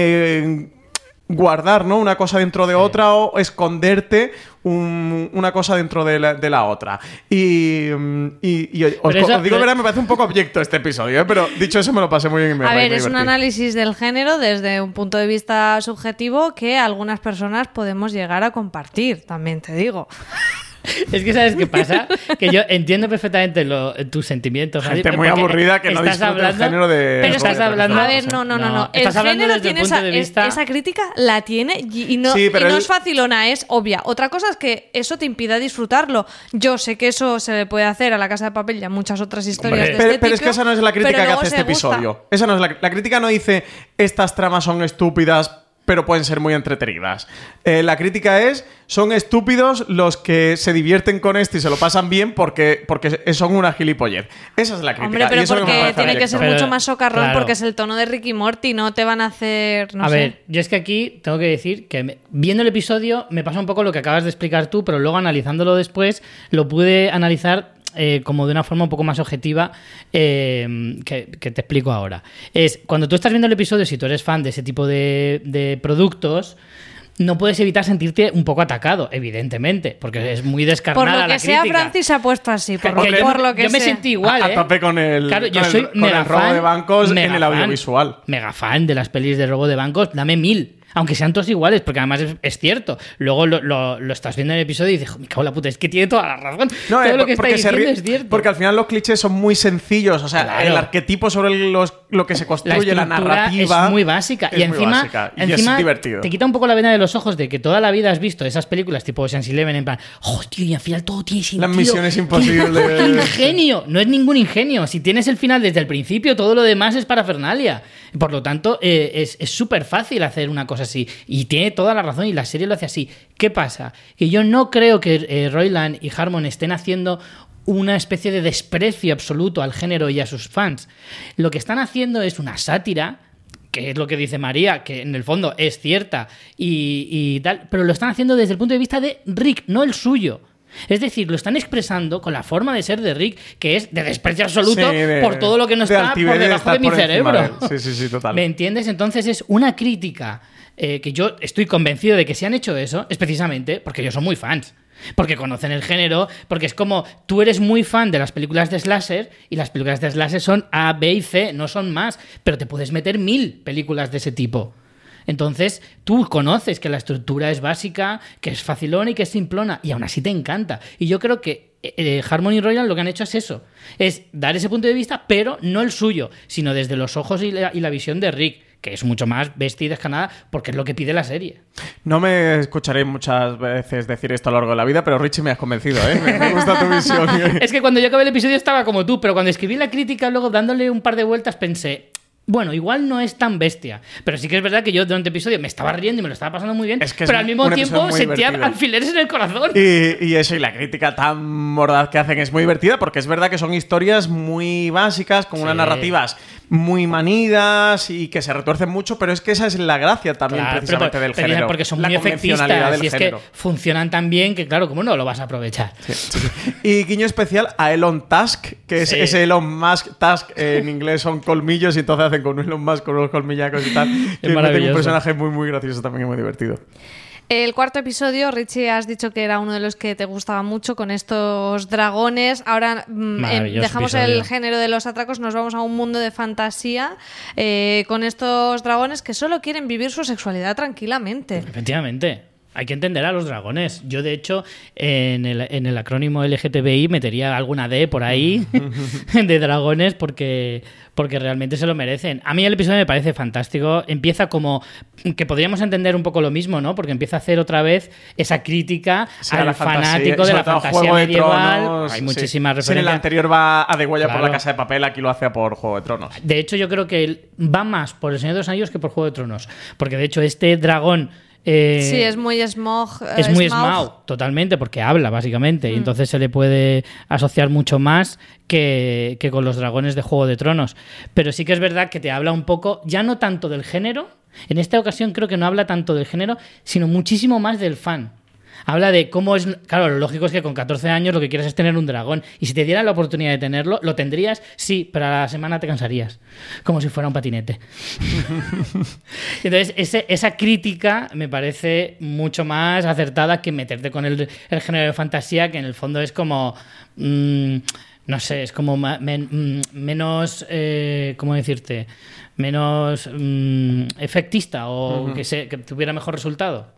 eh, guardar, ¿no? Una cosa dentro de sí. otra o esconderte un, una cosa dentro de la, de la otra. Y, y, y os, eso, os digo, verdad, me parece un poco abyecto este episodio, ¿eh? Pero dicho eso me lo pasé muy bien y me A ver, me es un análisis del género desde un punto de vista subjetivo que algunas personas podemos llegar a compartir, también te digo. Es que ¿sabes qué pasa? Que yo entiendo perfectamente lo, tus sentimientos. Gente muy aburrida que no disfruta hablando, el género de... Pero estás hablando... A ver, no, no, no. no. El género tiene esa, vista... esa crítica, la tiene y no, sí, y no él... es facilona, es obvia. Otra cosa es que eso te impida disfrutarlo. Yo sé que eso se le puede hacer a La Casa de Papel y a muchas otras historias Hombre, de pero, este pero tipo, es que esa no es la crítica que hace este gusta. episodio. Esa no es la, la crítica no dice estas tramas son estúpidas pero pueden ser muy entretenidas. Eh, la crítica es, son estúpidos los que se divierten con esto y se lo pasan bien porque, porque son una gilipollez. Esa es la crítica. Hombre, pero y eso porque que tiene que ser pero, mucho más socarrón claro. porque es el tono de Rick y Morty, no te van a hacer... No a sé. ver, yo es que aquí tengo que decir que me, viendo el episodio me pasa un poco lo que acabas de explicar tú, pero luego analizándolo después lo pude analizar Eh, como de una forma un poco más objetiva eh, que, que te explico ahora. Es cuando tú estás viendo el episodio, si tú eres fan de ese tipo de, de productos, no puedes evitar sentirte un poco atacado, evidentemente, porque es muy descarnada la crítica. Por lo que sea, crítica. Francis se ha puesto así, por, por, lo, yo, por lo que yo sea. me sentí igual, a, ¿eh? a tope con el, claro, yo con soy el, con mega el robo fan, de bancos en el fan, audiovisual. Mega fan de las pelis de robo de bancos, dame mil. Aunque sean todos iguales, porque además es, es cierto. Luego lo, lo, lo estás viendo en el episodio y dices, me cago en la puta, es que tiene toda la razón. No, Todo eh, lo que está diciendo ríe, es cierto. Porque al final los clichés son muy sencillos. O sea, claro. el arquetipo sobre los, lo que se construye, la, la narrativa... es muy básica. Es y encima, básica. Y encima es divertido. Te quita un poco la vena de los ojos de que toda la vida has visto esas películas tipo Ocean's Eleven en plan, oh, tío, y al final todo tiene sentido. Las misiones imposibles. Ingenio. No es ningún ingenio. Si tienes el final desde el principio, todo lo demás es parafernalia. Por lo tanto, eh, es súper fácil hacer una cosa así. Y tiene toda la razón y la serie lo hace así. ¿Qué pasa? Que yo no creo que eh, Roiland y Harmon estén haciendo una especie de desprecio absoluto al género y a sus fans. Lo que están haciendo es una sátira, que es lo que dice María, que en el fondo es cierta y, y tal, pero lo están haciendo desde el punto de vista de Rick, no el suyo. Es decir, lo están expresando con la forma de ser de Rick, que es de desprecio absoluto sí, de, por todo lo que no está por debajo de, de mi cerebro. De sí, sí, sí, total. ¿Me entiendes? Entonces es una crítica eh, que yo estoy convencido de que si han hecho eso es precisamente porque ellos son muy fans. Porque conocen el género, porque es como tú eres muy fan de las películas de slasher y las películas de slasher son A, B y C, no son más, pero te puedes meter mil películas de ese tipo. Entonces, tú conoces que la estructura es básica, que es facilona y que es simplona, y aún así te encanta. Y yo creo que eh, Harmon y Roiland lo que han hecho es eso, es dar ese punto de vista, pero no el suyo, sino desde los ojos y la, y la visión de Rick, que es mucho más bestia y descarnada, porque es lo que pide la serie. No me escucharé muchas veces decir esto a lo largo de la vida, pero Richie me has convencido, ¿eh? Me, me gusta tu visión. Es que cuando yo acabé el episodio estaba como tú, pero cuando escribí la crítica, luego dándole un par de vueltas pensé... Bueno, igual no es tan bestia, pero sí que es verdad que yo durante el episodio me estaba riendo y me lo estaba pasando muy bien, es que pero al mismo tiempo sentía divertido. Alfileres en el corazón. Y, y eso, y la crítica tan mordaz que hacen es muy divertida, porque es verdad que son historias muy básicas, con sí. unas narrativas muy manidas y que se retuercen mucho, pero es que esa es la gracia también claro, precisamente pero, del pero género. Porque son la muy efectistas y es género. Que funcionan tan bien que, claro, ¿cómo no lo vas a aprovechar? Sí, sí, sí. Y guiño especial a Elon Tusk, que es sí. ese Elon Musk. Tusk eh, en inglés son colmillos y entonces hacen con Elon Musk con unos colmillacos y tal. Es que maravilloso. Un personaje muy, muy gracioso también y muy divertido. El cuarto episodio, Richie, has dicho que era uno de los que te gustaba mucho con estos dragones. Ahora mm, eh, dejamos episodio. El género de los atracos, nos vamos a un mundo de fantasía eh, con estos dragones que solo quieren vivir su sexualidad tranquilamente. Efectivamente. Hay que entender a los dragones. Yo, de hecho, en el, en el acrónimo L G T B I metería alguna D por ahí de dragones porque, porque realmente se lo merecen. A mí el episodio me parece fantástico. Empieza como que podríamos entender un poco lo mismo, ¿no? Porque empieza a hacer otra vez esa crítica sí, al fanático de la fantasía medieval. Tronos, Hay muchísimas sí. referencias. Sí, en el anterior va a degüella claro. por La Casa de Papel, aquí lo hace por Juego de Tronos. De hecho, yo creo que va más por El Señor de los Anillos que por Juego de Tronos. Porque, de hecho, este dragón... Eh, sí, es muy Smaug. Es muy Smaug. Smaug, totalmente, porque habla, básicamente. Mm. Y entonces se le puede asociar mucho más que, que con los dragones de Juego de Tronos. Pero sí que es verdad que te habla un poco, ya no tanto del género. En esta ocasión creo que no habla tanto del género, sino muchísimo más del fan. Habla de cómo es... Claro, lo lógico es que con catorce años lo que quieres es tener un dragón. Y si te dieran la oportunidad de tenerlo, ¿lo tendrías? Sí, pero a la semana te cansarías. Como si fuera un patinete. Entonces, ese, esa crítica me parece mucho más acertada que meterte con el, el género de fantasía, que en el fondo es como... Mmm, no sé, es como ma- men, mm, menos... Eh, ¿Cómo decirte? Menos mm, efectista o uh-huh. que, se, que tuviera mejor resultado.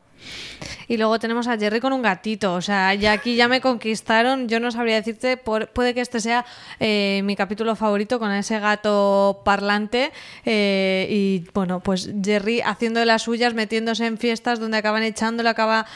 Y luego tenemos a Jerry con un gatito. O sea, ya aquí ya me conquistaron. Yo no sabría decirte, por, puede que este sea eh, mi capítulo favorito con ese gato parlante. Eh, y bueno, pues Jerry haciendo de las suyas, metiéndose en fiestas donde acaban echándolo, acaba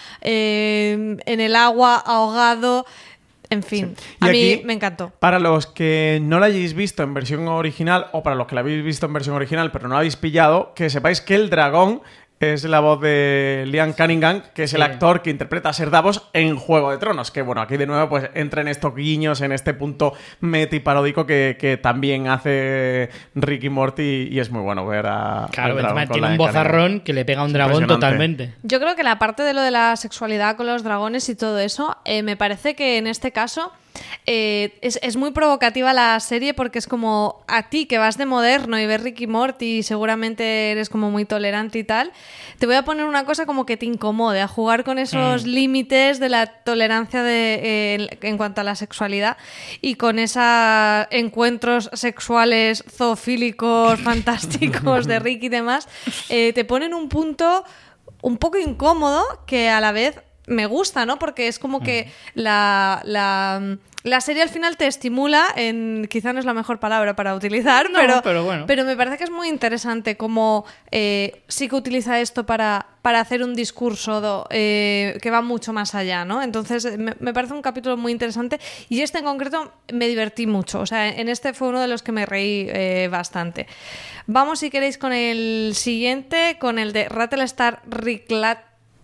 eh, en el agua, ahogado. En fin, sí. a mí me encantó. Para los que no la hayáis visto en versión original, o para los que la habéis visto en versión original pero no la habéis pillado, que sepáis que el dragón es la voz de Liam Cunningham, que es sí. el actor que interpreta a Ser Davos en Juego de Tronos. Que bueno, aquí de nuevo pues entra en estos guiños, en este punto meti paródico que, que también hace Rick y Morty, y es muy bueno ver a... Claro, tiene un bozarrón que le pega a un dragón totalmente. Yo creo que la parte de lo de la sexualidad con los dragones y todo eso, eh, me parece que en este caso... Eh, es, es muy provocativa la serie porque es como a ti que vas de moderno y ves Rick y Morty y seguramente eres como muy tolerante y tal, te voy a poner una cosa como que te incomode, a jugar con esos mm. límites de la tolerancia de, eh, en cuanto a la sexualidad y con esos encuentros sexuales zoofílicos fantásticos de Rick y demás, eh, te ponen un punto un poco incómodo que a la vez me gusta, ¿no? Porque es como que la, la, la serie al final te estimula en... Quizá no es la mejor palabra para utilizar, no, pero, pero, bueno. pero me parece que es muy interesante cómo eh, sí que utiliza esto para, para hacer un discurso do, eh, que va mucho más allá, ¿no? Entonces me, me parece un capítulo muy interesante y este en concreto me divertí mucho. O sea, en este fue uno de los que me reí eh, bastante. Vamos, si queréis, con el siguiente, con el de Rattlestar Riclat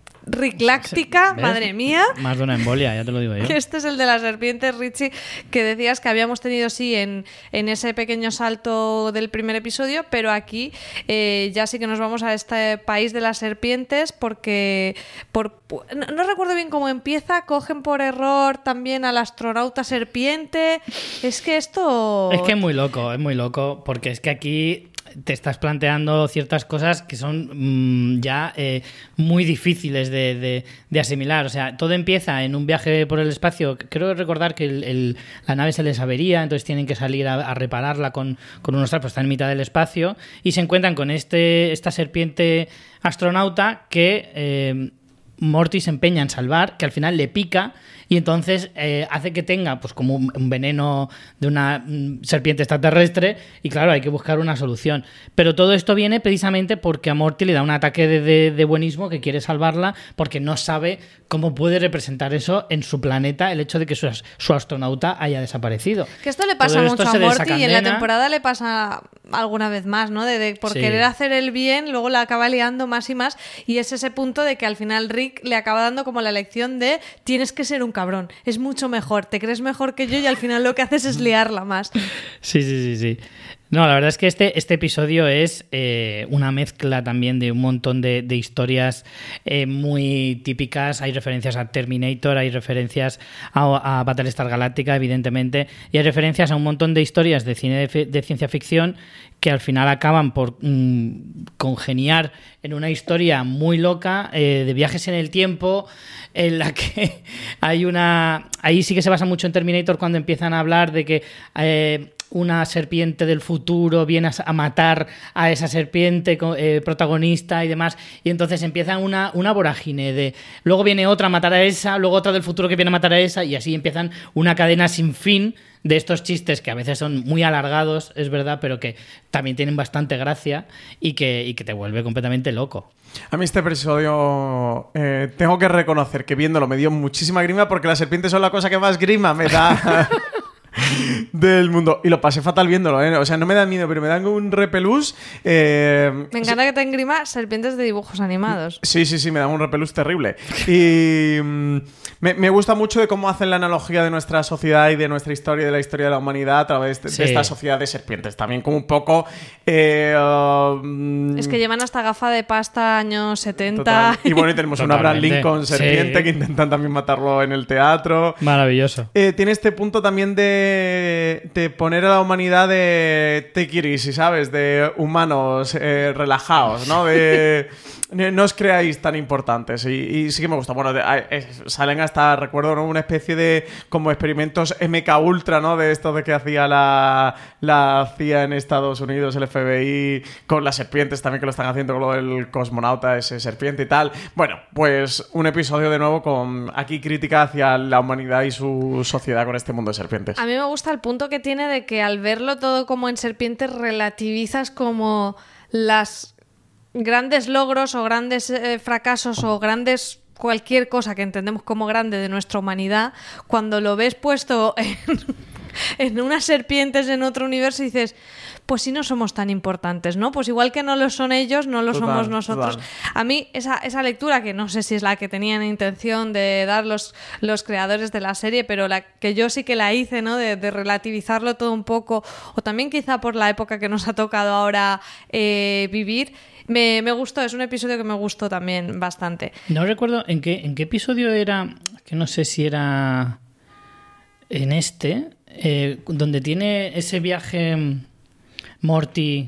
Ricláctica, ¿ves? Madre mía. Más de una embolia, ya te lo digo yo. Que este es el de las serpientes, Richie, que decías que habíamos tenido, sí, en, en ese pequeño salto del primer episodio, pero aquí eh, ya sí que nos vamos a este país de las serpientes porque por, no, no recuerdo bien cómo empieza, cogen por error también al astronauta serpiente. Es que esto... Es que es muy loco, es muy loco, porque es que aquí... te estás planteando ciertas cosas que son mmm, ya eh, muy difíciles de, de, de asimilar. O sea, todo empieza en un viaje por el espacio. Creo recordar que el, el, la nave se les avería, entonces tienen que salir a, a repararla con, con unos trapos, está en mitad del espacio, y se encuentran con este esta serpiente astronauta que eh, Morty se empeña en salvar, que al final le pica y entonces eh, hace que tenga pues como un, un veneno de una mm, serpiente extraterrestre y claro, hay que buscar una solución. Pero todo esto viene precisamente porque a Morty le da un ataque de, de, de buenismo, que quiere salvarla porque no sabe cómo puede representar eso en su planeta, el hecho de que su, su astronauta haya desaparecido. Que esto le pasa todo mucho a Morty y en la temporada le pasa alguna vez más, ¿no? De, de por sí. querer hacer el bien, luego la acaba liando más y más, y es ese punto de que al final Rick le acaba dando como la lección de tienes que ser un cabrón, es mucho mejor, te crees mejor que yo y al final lo que haces es liarla más. Sí, sí, sí, sí. No, la verdad es que este, este episodio es eh, una mezcla también de un montón de, de historias eh, muy típicas. Hay referencias a Terminator, hay referencias a, a Battlestar Galactica, evidentemente, y hay referencias a un montón de historias de cine de, de ciencia ficción que al final acaban por mmm, congeniar en una historia muy loca eh, de viajes en el tiempo, en la que hay una... Ahí sí que se basa mucho en Terminator cuando empiezan a hablar de que... Eh, una serpiente del futuro viene a matar a esa serpiente eh, protagonista y demás, y entonces empieza una, una vorágine de luego viene otra a matar a esa, luego otra del futuro que viene a matar a esa, y así empiezan una cadena sin fin de estos chistes que a veces son muy alargados, es verdad, pero que también tienen bastante gracia y que, y que te vuelve completamente loco. A mí este episodio eh, tengo que reconocer que viéndolo me dio muchísima grima, porque las serpientes son la cosa que más grima me da... del mundo. Y lo pasé fatal viéndolo, ¿eh? O sea, no me da miedo, pero me dan un repelús. Eh, me encanta sí. que te engrima serpientes de dibujos animados. Sí, sí, sí, me dan un repelús terrible. Y mm, me, me gusta mucho de cómo hacen la analogía de nuestra sociedad y de nuestra historia y de la historia de la humanidad a través de, sí. de esta sociedad de serpientes. También como un poco... Eh, uh, es que llevan hasta gafa de pasta años setenta. Total. Y bueno, y tenemos un Abraham Lincoln serpiente sí. que intentan también matarlo en el teatro. Maravilloso. Eh, tiene este punto también de, de poner a la humanidad de take it easy, ¿sabes? De humanos eh, relajados, ¿no? De no os creáis tan importantes. Y, y sí que me gusta. Bueno, de, eh, salen hasta, recuerdo, ¿no? Una especie de como experimentos M K Ultra, ¿no? De esto de que hacía la, la C I A en Estados Unidos, el F B I, con las serpientes también que lo están haciendo con lo del cosmonauta, ese serpiente y tal. Bueno, pues un episodio de nuevo con aquí crítica hacia la humanidad y su sociedad con este mundo de serpientes. A mí me gusta el punto que tiene de que al verlo todo como en serpientes relativizas como las grandes logros o grandes eh, fracasos o grandes cualquier cosa que entendemos como grande de nuestra humanidad, cuando lo ves puesto en, en unas serpientes en otro universo y dices, pues si no somos tan importantes, ¿no? Pues igual que no lo son ellos, no lo total, somos nosotros. Total. A mí esa, esa lectura, que no sé si es la que tenían intención de dar los, los creadores de la serie, pero la que yo sí que la hice, ¿no? De, de relativizarlo todo un poco, o también quizá por la época que nos ha tocado ahora eh, vivir, me, me gustó. Es un episodio que me gustó también bastante. No recuerdo en qué, en qué episodio era, que no sé si era en este, eh, donde tiene ese viaje... Morty,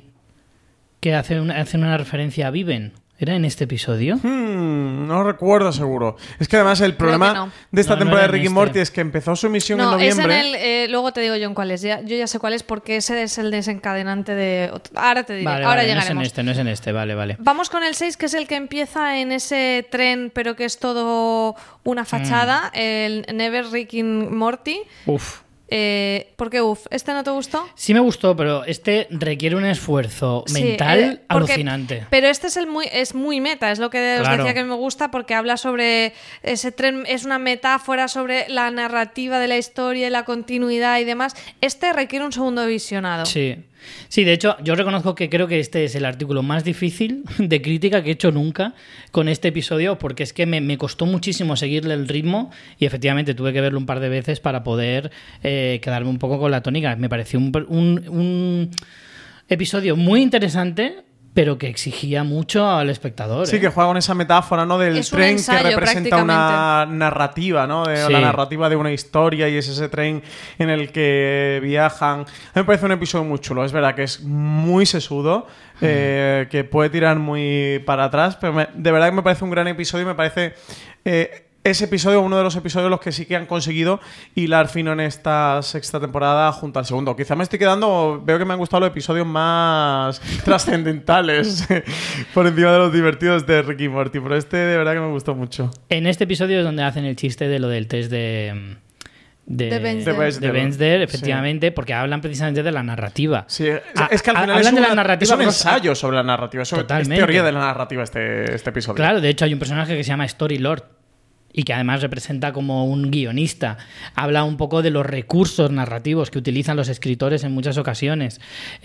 que hace una, hace una referencia a Viven. ¿Era en este episodio? Hmm, no recuerdo seguro. Es que además el problema no. de esta no, temporada no de Rick y Morty este. es que empezó su emisión no, en noviembre. Es en el, eh, luego te digo yo en cuál es. Ya, yo ya sé cuál es porque ese es el desencadenante de... Ahora te diré, vale, ahora vale, llegaremos. No es en este, no es en este, vale, vale. Vamos con el seis, que es el que empieza en ese tren, pero que es todo una fachada. Mm. El Never Rick y Morty. Uf. Eh, ¿Por qué uf? ¿Este no te gustó? Sí me gustó, pero este requiere un esfuerzo sí, mental eh, porque, alucinante. Pero este es el muy es muy meta, es lo que os claro. decía que me gusta, porque habla sobre ese tren, es una metáfora sobre la narrativa de la historia y la continuidad y demás. Este requiere un segundo visionado. Sí. Sí, de hecho, yo reconozco que creo que este es el artículo más difícil de crítica que he hecho nunca con este episodio, porque es que me, me costó muchísimo seguirle el ritmo y efectivamente tuve que verlo un par de veces para poder eh, quedarme un poco con la tónica. Me pareció un, un, un episodio muy interesante, pero que exigía mucho al espectador. Sí, ¿eh? que juega con esa metáfora, ¿no? Del es tren ensayo, que representa una narrativa, ¿no? De, sí. La narrativa de una historia, y es ese tren en el que viajan. A mí me parece un episodio muy chulo. Es verdad que es muy sesudo, mm. eh, que puede tirar muy para atrás, pero me, de verdad que me parece un gran episodio y me parece... Eh, ese episodio, uno de los episodios los que sí que han conseguido hilar fino en esta sexta temporada junto al segundo. Quizá me estoy quedando, veo que me han gustado los episodios más trascendentales por encima de los divertidos de Rick y Morty, pero este de verdad que me gustó mucho. En este episodio es donde hacen el chiste de lo del test de... De, de Bensder, de Bensder efectivamente, sí. Porque hablan precisamente de la narrativa. Sí, es, es que al final hablan es, una, de la narrativa, es un ensayo sobre la narrativa, sobre, es teoría de la narrativa este, este episodio. Claro, de hecho hay un personaje que se llama Story Lord y que además representa como un guionista. Habla un poco de los recursos narrativos que utilizan los escritores en muchas ocasiones.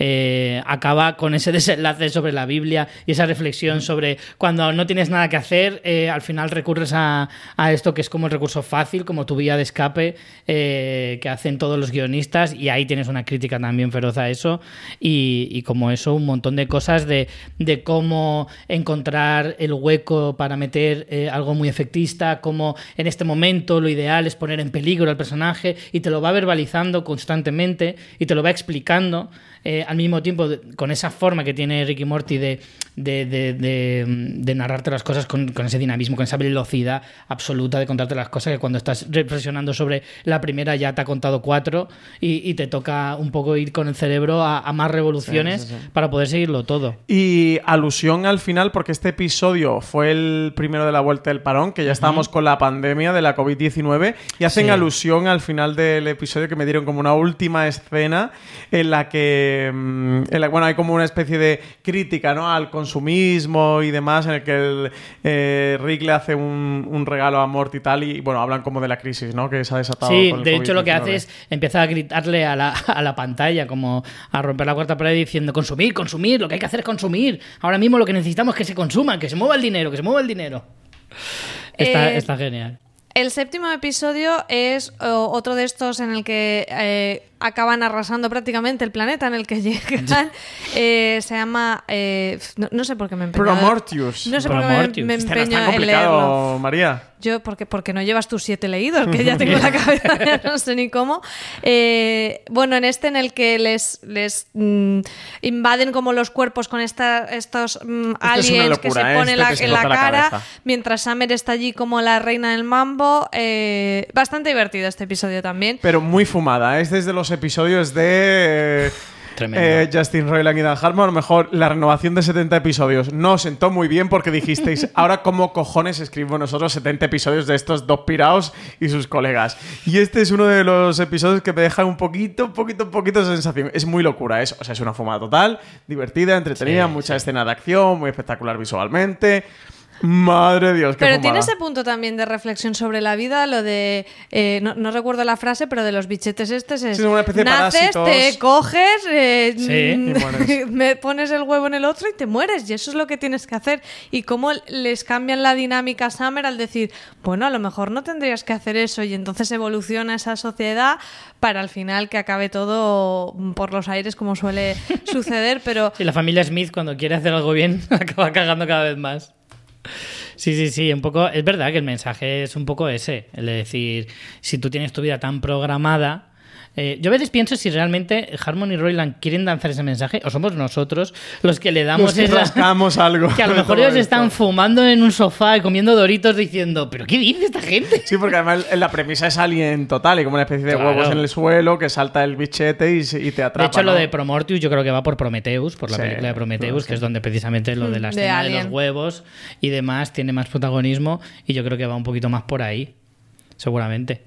Eh, acaba con ese desenlace sobre la Biblia y esa reflexión sobre cuando no tienes nada que hacer, eh, al final recurres a, a esto que es como el recurso fácil, como tu vía de escape, eh, que hacen todos los guionistas, y ahí tienes una crítica también feroz a eso, y, y como eso, un montón de cosas de, de cómo encontrar el hueco para meter eh, algo muy efectista, cómo en este momento lo ideal es poner en peligro al personaje, y te lo va verbalizando constantemente y te lo va explicando eh, al mismo tiempo de, con esa forma que tiene Rick y Morty de, de, de, de, de narrarte las cosas con, con ese dinamismo, con esa velocidad absoluta de contarte las cosas, que cuando estás reflexionando sobre la primera ya te ha contado cuatro y, y te toca un poco ir con el cerebro a, a más revoluciones sí, sí, sí. para poder seguirlo todo. Y alusión al final, porque este episodio fue el primero de la vuelta del parón, que ya estábamos uh-huh. con con la pandemia de la covid diecinueve y hacen Sí. alusión al final del episodio que me dieron como una última escena en la que, en la, bueno, hay como una especie de crítica, ¿no?, al consumismo y demás, en el que el, eh, Rick le hace un, un regalo a Morty y tal, y bueno, hablan como de la crisis, ¿no?, que se ha desatado Sí, con el de hecho lo que covid diecinueve. hace es empezar a gritarle a la, a la pantalla, como a romper la cuarta pared diciendo consumir, consumir, lo que hay que hacer es consumir. Ahora mismo lo que necesitamos es que se consuma, que se mueva el dinero, que se mueva el dinero. Está, Eh, está genial. El séptimo episodio es oh, otro de estos en el que eh, acaban arrasando prácticamente el planeta en el que llegan. Eh, se llama... eh, no, no sé por qué me empeño... Promortius. No sé por qué me, Promortius. me Este no es empeño tan en leerlo. complicado, María. Yo, porque, porque no llevas tus siete leídos, que ya tengo la cabeza, ya no sé ni cómo. Eh, bueno, en este en el que les, les mm, invaden como los cuerpos con esta, estos mm, es una aliens locura, que se ¿eh? ponen Este la, te en la explota la cara, cabeza. mientras Summer está allí como la reina del mambo. Eh, bastante divertido este episodio también. Pero muy fumada, ¿eh? Es desde los episodios de... Tremendo. Eh, Justin Roiland y Dan Harmon. A lo mejor la renovación de setenta episodios no os sentó muy bien porque dijisteis, ahora cómo cojones escribimos nosotros setenta episodios de estos dos piraos y sus colegas. Y este es uno de los episodios que me deja un poquito, un poquito, un poquito de sensación. Es muy locura, es, o sea, es una fumada total, divertida, entretenida, Sí, mucha sí. escena de acción, muy espectacular visualmente. Madre de Dios, qué Pero fumada. tiene ese punto también de reflexión sobre la vida, lo de, eh, no, no recuerdo la frase, pero de los bichetes estos es, Sí, una especie de naces, parásitos. te coges, eh, Sí, mm, y mueres. me pones el huevo en el otro y te mueres, y eso es lo que tienes que hacer. Y cómo les cambian la dinámica a Summer al decir, bueno, a lo mejor no tendrías que hacer eso, y entonces evoluciona esa sociedad para al final que acabe todo por los aires como suele suceder, pero... Y la familia Smith, cuando quiere hacer algo bien, acaba cagando cada vez más. Sí, sí, sí, un poco. Es verdad que el mensaje es un poco ese, el de decir, si tú tienes tu vida tan programada. Eh, yo a veces pienso si realmente Harmon y Roiland quieren lanzar ese mensaje o somos nosotros los que le damos Los que esa- rascamos algo que a lo de mejor todo ellos esto. están fumando en un sofá y comiendo doritos diciendo, ¿pero qué dice esta gente? Sí, porque además la premisa es alien total y como una especie de Claro. huevos en el suelo que salta el bichete y, se- y te atrapa. De hecho, lo ¿no? de Promortius yo creo que va por Prometheus, por la Sí, película de Prometheus, claro, sí. que es donde precisamente lo de la Mm, de escena de, Alien. los huevos y demás tiene más protagonismo y yo creo que va un poquito más por ahí, seguramente.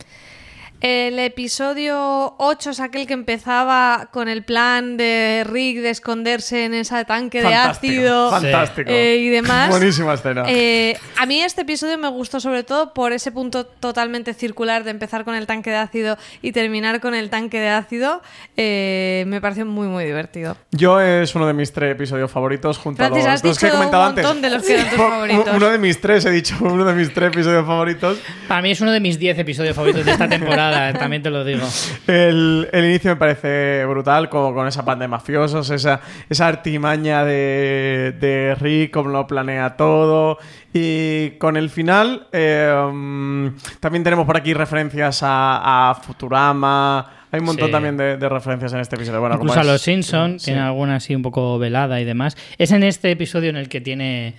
El episodio ocho es aquel que empezaba con el plan de Rick de esconderse en ese tanque de Fantástico, ácido fantástico. eh, y demás. Buenísima escena. Eh, a mí este episodio me gustó sobre todo por ese punto totalmente circular de empezar con el tanque de ácido y terminar con el tanque de ácido. Eh, me pareció muy, muy divertido. Yo es uno de mis tres episodios favoritos junto Francis, a los has dos que he dicho comentado un antes. montón de los que eran tus Uno- favoritos. Uno de mis tres, he dicho, uno de mis tres episodios favoritos. Para mí es uno de mis diez episodios favoritos de esta temporada, también te lo digo. El, el inicio me parece brutal, como con esa banda de mafiosos, esa, esa artimaña de, de Rick, cómo lo planea todo. Y con el final, eh, um, también tenemos por aquí referencias a, a Futurama. Hay un montón Sí. también de, de referencias en este episodio. Bueno, Incluso como a es- los Simpson, sí. tiene alguna así un poco velada y demás. Es en este episodio en el que tiene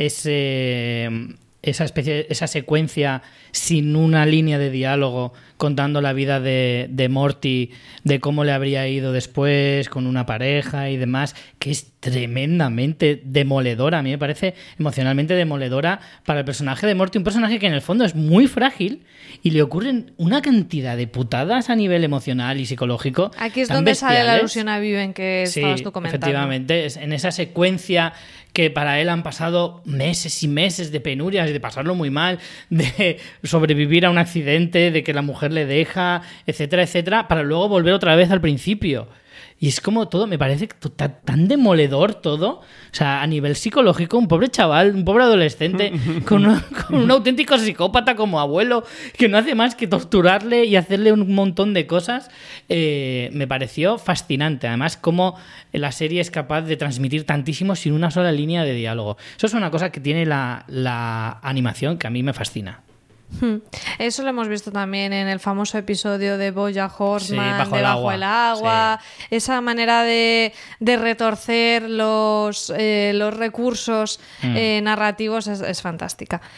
ese, esa especie, esa secuencia sin una línea de diálogo contando la vida de, de Morty, de cómo le habría ido después con una pareja y demás, que es tremendamente demoledora. A mí me parece emocionalmente demoledora para el personaje de Morty, un personaje que en el fondo es muy frágil y le ocurren una cantidad de putadas a nivel emocional y psicológico. Aquí es tan donde sale la bestiales. alusión a Viven que Sí, estabas tú comentando. efectivamente. Es en esa secuencia que para él han pasado meses y meses de penurias y de pasarlo muy mal, de sobrevivir a un accidente, de que la mujer le deja, etcétera, etcétera, para luego volver otra vez al principio. Y es como todo, me parece que ta- tan demoledor todo. O sea, a nivel psicológico, un pobre chaval, un pobre adolescente, con, una- con un auténtico psicópata como abuelo, que no hace más que torturarle y hacerle un montón de cosas. Eh, me pareció fascinante. Además, cómo la serie es capaz de transmitir tantísimo sin una sola línea de diálogo. Eso es una cosa que tiene la, la animación que a mí me fascina. Hmm. Eso lo hemos visto también en el famoso episodio de BoJack Horseman, Sí, Bajo de el Bajo agua. el agua. Esa manera de, de retorcer los, eh, los recursos Mm. eh, narrativos es, es fantástica.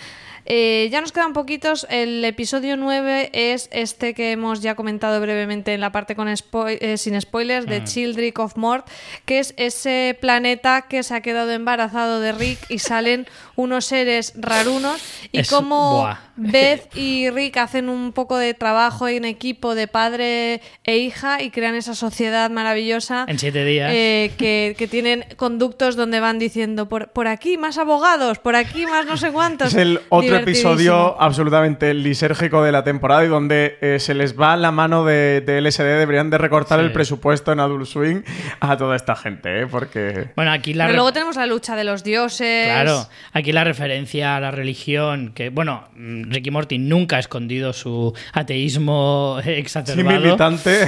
Eh, ya nos quedan poquitos. El episodio nueve es este que hemos ya comentado brevemente en la parte con spo- eh, sin spoilers, de mm. Children of Mort, que es ese planeta que se ha quedado embarazado de Rick y salen unos seres rarunos y es, como buah. Beth y Rick hacen un poco de trabajo en equipo de padre e hija y crean esa sociedad maravillosa en siete días eh, que, que tienen conductos donde van diciendo por, por aquí más abogados, por aquí más no sé cuántos. Es el otro episodio absolutamente lisérgico de la temporada y donde eh, se les va la mano de, de L S D. Deberían de recortar sí. el presupuesto en Adult Swing a toda esta gente, ¿eh? Porque... Bueno, aquí la Pero re... luego tenemos la lucha de los dioses. Claro, aquí la referencia a la religión, que bueno, Rick y Morty nunca ha escondido su ateísmo exacerbado. Sí, militante.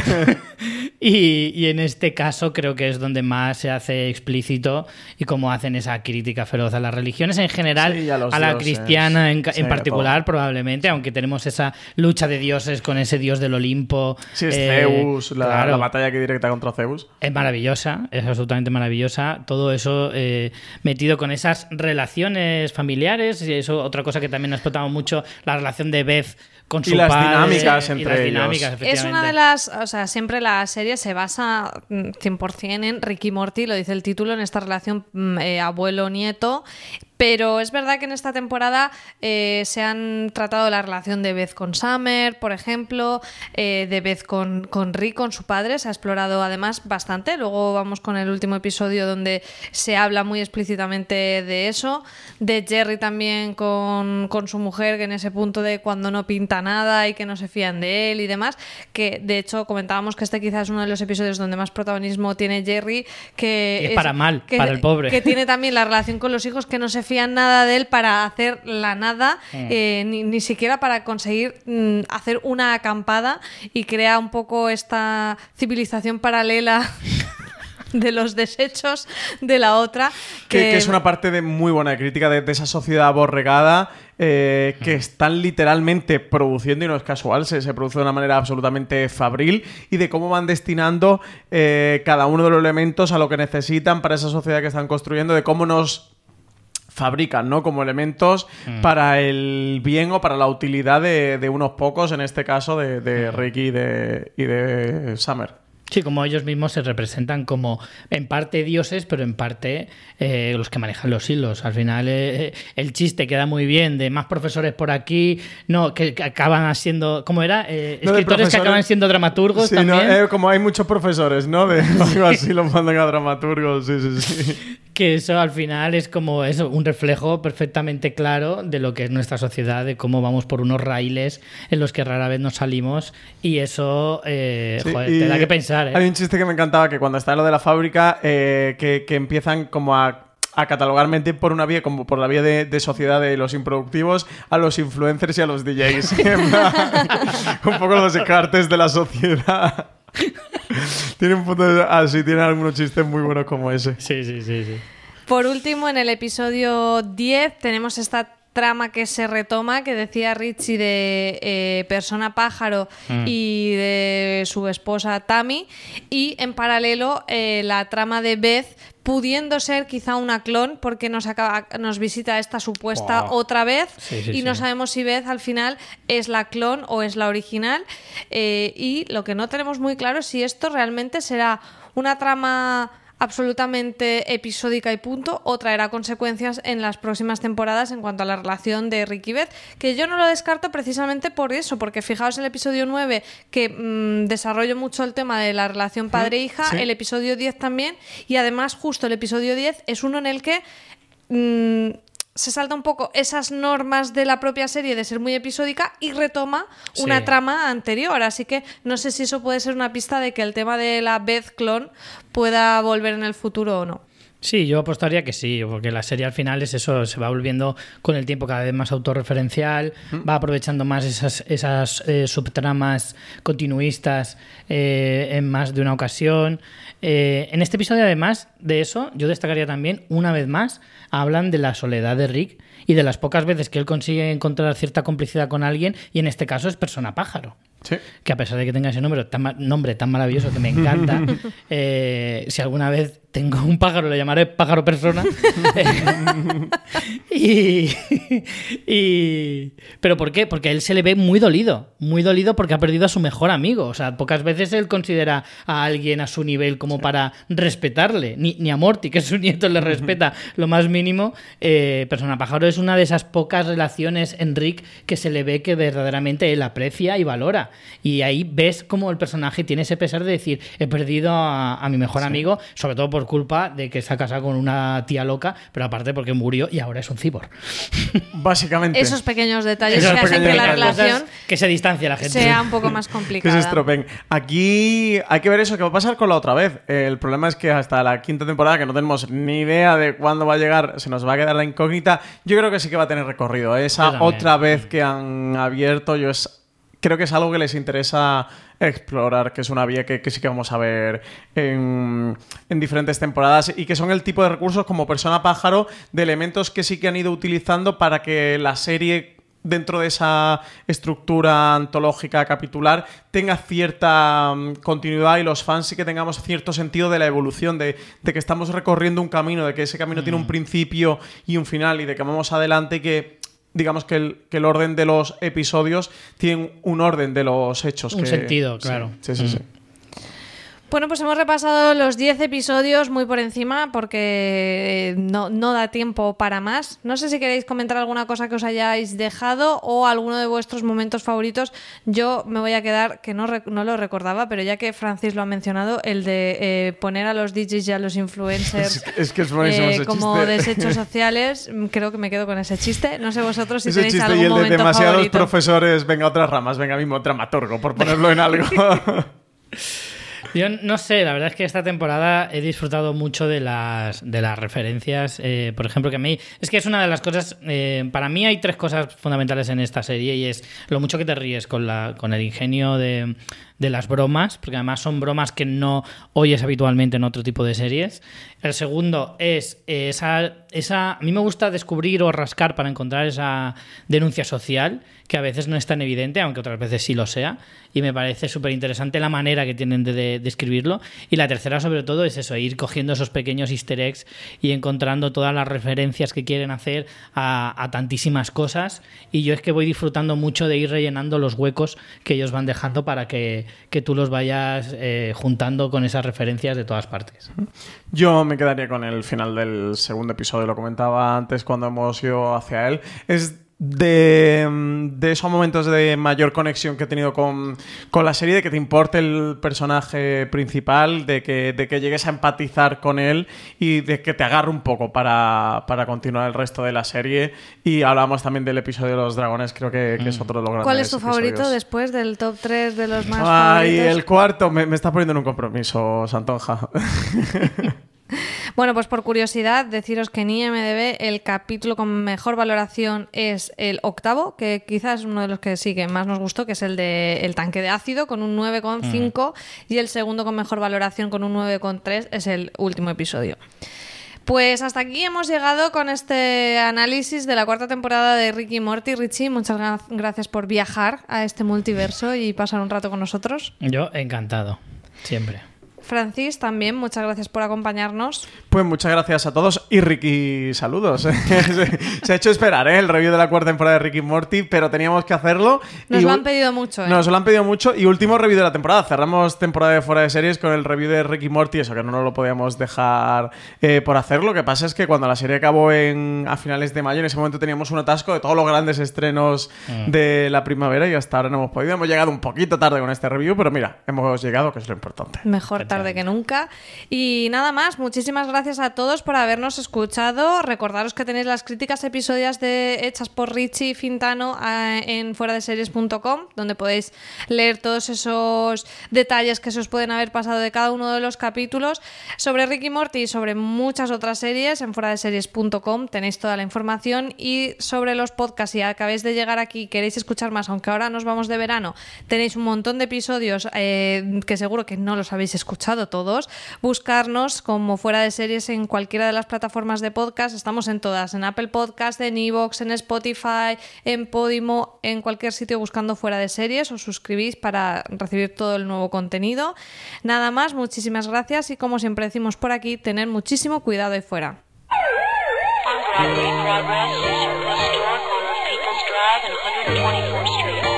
y, y en este caso creo que es donde más se hace explícito y cómo hacen esa crítica feroz a las religiones en general, sí, a, a la cristiana en, sí, en particular, probablemente, aunque tenemos esa lucha de dioses con ese dios del Olimpo. Sí, es eh, Zeus, la, claro, la batalla que directa contra Zeus. Es maravillosa, es absolutamente maravillosa. Todo eso eh, metido con esas relaciones familiares, y eso otra cosa que también ha explotado mucho, la relación de Beth con su y las padre, dinámicas entre y las ellos. Dinámicas, es una de las, o sea, siempre la serie se basa cien por ciento en Rick y Morty, lo dice el título, en esta relación eh, abuelo-nieto. Pero es verdad que en esta temporada eh, se han tratado la relación de Beth con Summer, por ejemplo, eh, de Beth con, con Rick, con su padre. Se ha explorado además bastante. Luego vamos con el último episodio donde se habla muy explícitamente de eso. De Jerry también con, con su mujer, que en ese punto de cuando no pinta nada y que no se fían de él y demás. Que de hecho comentábamos que este quizás es uno de los episodios donde más protagonismo tiene Jerry. Que y es, es para mal, que, para el pobre. Que tiene también la relación con los hijos, que no se fían nada de él para hacer la nada, mm. eh, ni, ni siquiera para conseguir mm, hacer una acampada, y crea un poco esta civilización paralela de los desechos de la otra. Que, que, que es una parte de muy buena crítica de, de esa sociedad aborregada eh, que mm. están literalmente produciendo, y no es casual, se, se produce de una manera absolutamente fabril, y de cómo van destinando eh, cada uno de los elementos a lo que necesitan para esa sociedad que están construyendo, de cómo nos fabrican, ¿no? Como elementos mm. para el bien o para la utilidad de, de unos pocos, en este caso de, de Ricky y de, y de Summer. Sí, como ellos mismos se representan como en parte dioses, pero en parte eh, los que manejan los hilos. Al final eh, el chiste queda muy bien de más profesores por aquí, no, que, que acaban siendo, ¿cómo era? Eh, no, escritores que acaban siendo dramaturgos, sí, también. No, eh, como hay muchos profesores, ¿no? De algo así los mandan a dramaturgos, sí, sí, sí. Que eso al final es como eso, un reflejo perfectamente claro de lo que es nuestra sociedad, de cómo vamos por unos raíles en los que rara vez nos salimos, y eso eh, sí, joder, te da que pensar, ¿eh? Hay un chiste que me encantaba, que cuando está en lo de la fábrica, eh, que, que empiezan como a a catalogar mentir por una vía, como por la vía de, de sociedad de los improductivos, a los influencers y a los D Js. Un poco los descartes de la sociedad. Tiene un punto de, así, tiene algunos chistes muy buenos como ese. Sí, sí, sí, sí. Por último, en el episodio diez tenemos esta trama que se retoma, que decía Richie, de eh, Persona Pájaro mm. y de su esposa Tammy, y en paralelo eh, la trama de Beth, pudiendo ser quizá una clon, porque nos, acaba, nos visita esta supuesta wow. otra vez, sí, sí, y no sí. sabemos si Beth al final es la clon o es la original, eh, y lo que no tenemos muy claro es si esto realmente será una trama absolutamente episódica y punto, o traerá consecuencias en las próximas temporadas en cuanto a la relación de Rick y Beth, que yo no lo descarto precisamente por eso, porque fijaos el episodio nueve, que mmm, desarrolla mucho el tema de la relación padre-hija, sí. el episodio diez también, y además justo el episodio diez es uno en el que mmm, se salta un poco esas normas de la propia serie de ser muy episódica y retoma sí. una trama anterior, así que no sé si eso puede ser una pista de que el tema de la Beth clon pueda volver en el futuro o no. Sí, yo apostaría que sí, porque la serie al final es eso, se va volviendo con el tiempo cada vez más autorreferencial, ¿Mm? va aprovechando más esas, esas eh, subtramas continuistas eh, en más de una ocasión. Eh, en este episodio, además de eso, yo destacaría también, una vez más, hablan de la soledad de Rick y de las pocas veces que él consigue encontrar cierta complicidad con alguien, y en este caso es Persona Pájaro. Sí. Que a pesar de que tenga ese número tan, nombre tan maravilloso que me encanta, eh, si alguna vez tengo un pájaro, le llamaré pájaro persona. y, y ¿Pero por qué? Porque a él se le ve muy dolido, muy dolido porque ha perdido a su mejor amigo. O sea, pocas veces él considera a alguien a su nivel como para respetarle. Ni, ni a Morty, que es su nieto, le respeta lo más mínimo. Eh, persona pájaro es una de esas pocas relaciones en Rick que se le ve que verdaderamente él aprecia y valora. Y ahí ves cómo el personaje tiene ese pesar de decir, he perdido a, a mi mejor sí. amigo, sobre todo por culpa de que se ha casado con una tía loca, pero aparte porque murió y ahora es un cyborg. Básicamente. Esos pequeños detalles Esos que hacen pequeños que la detalles. relación que se distancia la gente. sea un poco más complicada. Que se estropen. Aquí hay que ver eso que va a pasar con la otra vez. El problema es que hasta la quinta temporada, que no tenemos ni idea de cuándo va a llegar, se nos va a quedar la incógnita. Yo creo que sí que va a tener recorrido. Esa otra vez que han abierto, yo es... creo que es algo que les interesa explorar, que es una vía que, que sí que vamos a ver en, en diferentes temporadas y que son el tipo de recursos como Persona Pájaro, de elementos que sí que han ido utilizando para que la serie, dentro de esa estructura antológica capitular, tenga cierta um, continuidad y los fans sí que tengamos cierto sentido de la evolución, de, de que estamos recorriendo un camino, de que ese camino mm. tiene un principio y un final y de que vamos adelante y que digamos que el, que el orden de los episodios tiene un orden de los hechos. Un que, sentido, claro. Sí, sí, mm. sí. Bueno, pues hemos repasado los diez episodios muy por encima porque no, no da tiempo para más. No sé si queréis comentar alguna cosa que os hayáis dejado o alguno de vuestros momentos favoritos. Yo me voy a quedar, que no, no lo recordaba, pero ya que Francis lo ha mencionado, el de eh, poner a los D Js y a los influencers es, es que es buenísimo eh, ese como chiste. desechos sociales. Creo que me quedo con ese chiste. No sé vosotros si ese tenéis chiste algún y el de momento demasiados favorito. Profesores, venga, otras ramas, venga, mismo dramaturgo, por ponerlo en algo. Yo no sé, la verdad es que esta temporada he disfrutado mucho de las, de las referencias. Eh, por ejemplo, que a mí... Es que es una de las cosas... Eh, para mí hay tres cosas fundamentales en esta serie y es lo mucho que te ríes con, la, con el ingenio de, de las bromas, porque además son bromas que no oyes habitualmente en otro tipo de series. El segundo es esa... esa a mí me gusta descubrir o rascar para encontrar esa denuncia social, que a veces no es tan evidente, aunque otras veces sí lo sea, y me parece súper interesante la manera que tienen de, de, de escribirlo. Y la tercera, sobre todo, es eso, ir cogiendo esos pequeños easter eggs y encontrando todas las referencias que quieren hacer a, a tantísimas cosas. Y yo es que voy disfrutando mucho de ir rellenando los huecos que ellos van dejando para que, que tú los vayas eh, juntando con esas referencias de todas partes. Yo me quedaría con el final del segundo episodio, lo comentaba antes cuando hemos ido hacia él. Es de, de esos momentos de mayor conexión que he tenido con, con la serie, de que te importe el personaje principal, de que, de que llegues a empatizar con él y de que te agarre un poco para, para continuar el resto de la serie. Y hablamos también del episodio de los dragones, creo que, que es otro de los grandes. ¿Cuál es tu episodios. favorito después del top tres de los más Ay, favoritos? el cuarto me, me está poniendo en un compromiso, Santonja. Bueno, pues por curiosidad, deciros que en I M D B el capítulo con mejor valoración es el octavo, que quizás es uno de los que sí que más nos gustó, que es el de El tanque de ácido, con un nueve coma cinco, mm. y el segundo con mejor valoración, con un nueve coma tres, es el último episodio. Pues hasta aquí hemos llegado con este análisis de la cuarta temporada de Rick y Morty. Richie, muchas gra- gracias por viajar a este multiverso y pasar un rato con nosotros. Yo encantado, siempre. Francis, también, muchas gracias por acompañarnos. Pues muchas gracias a todos y Ricky, saludos. Se ha hecho esperar, ¿eh? El review de la cuarta temporada de Rick y Morty, pero teníamos que hacerlo. Nos y lo han pedido mucho, ¿eh? Nos lo han pedido mucho y último review de la temporada. Cerramos temporada de Fuera de Series con el review de Rick y Morty, eso que no nos lo podíamos dejar eh, por hacer. Lo que pasa es que cuando la serie acabó en, a finales de mayo, en ese momento teníamos un atasco de todos los grandes estrenos mm. de la primavera y hasta ahora no hemos podido. Hemos llegado un poquito tarde con este review, pero mira, hemos llegado, que es lo importante. Mejor tarde que nunca. Y nada más, muchísimas gracias a todos por habernos escuchado. Recordaros que tenéis las críticas episodias de, hechas por Richie Fintano a, en fuera de series punto com, donde podéis leer todos esos detalles que se os pueden haber pasado de cada uno de los capítulos. Sobre Rick y Morty y sobre muchas otras series en fuera de series punto com tenéis toda la información. Y sobre los podcasts, si acabáis de llegar aquí y queréis escuchar más, aunque ahora nos vamos de verano, tenéis un montón de episodios eh, que seguro que no los habéis escuchado escuchado todos, buscarnos como Fuera de Series en cualquiera de las plataformas de podcast. Estamos en todas, en Apple Podcast, en iVoox, en Spotify, en Podimo, en cualquier sitio buscando Fuera de Series. Os suscribís para recibir todo el nuevo contenido. Nada más, muchísimas gracias y como siempre decimos por aquí, tener muchísimo cuidado ahí fuera. Broadway Progress, Surplus Store, corner of People's Drive and one hundred twenty-fourth Street.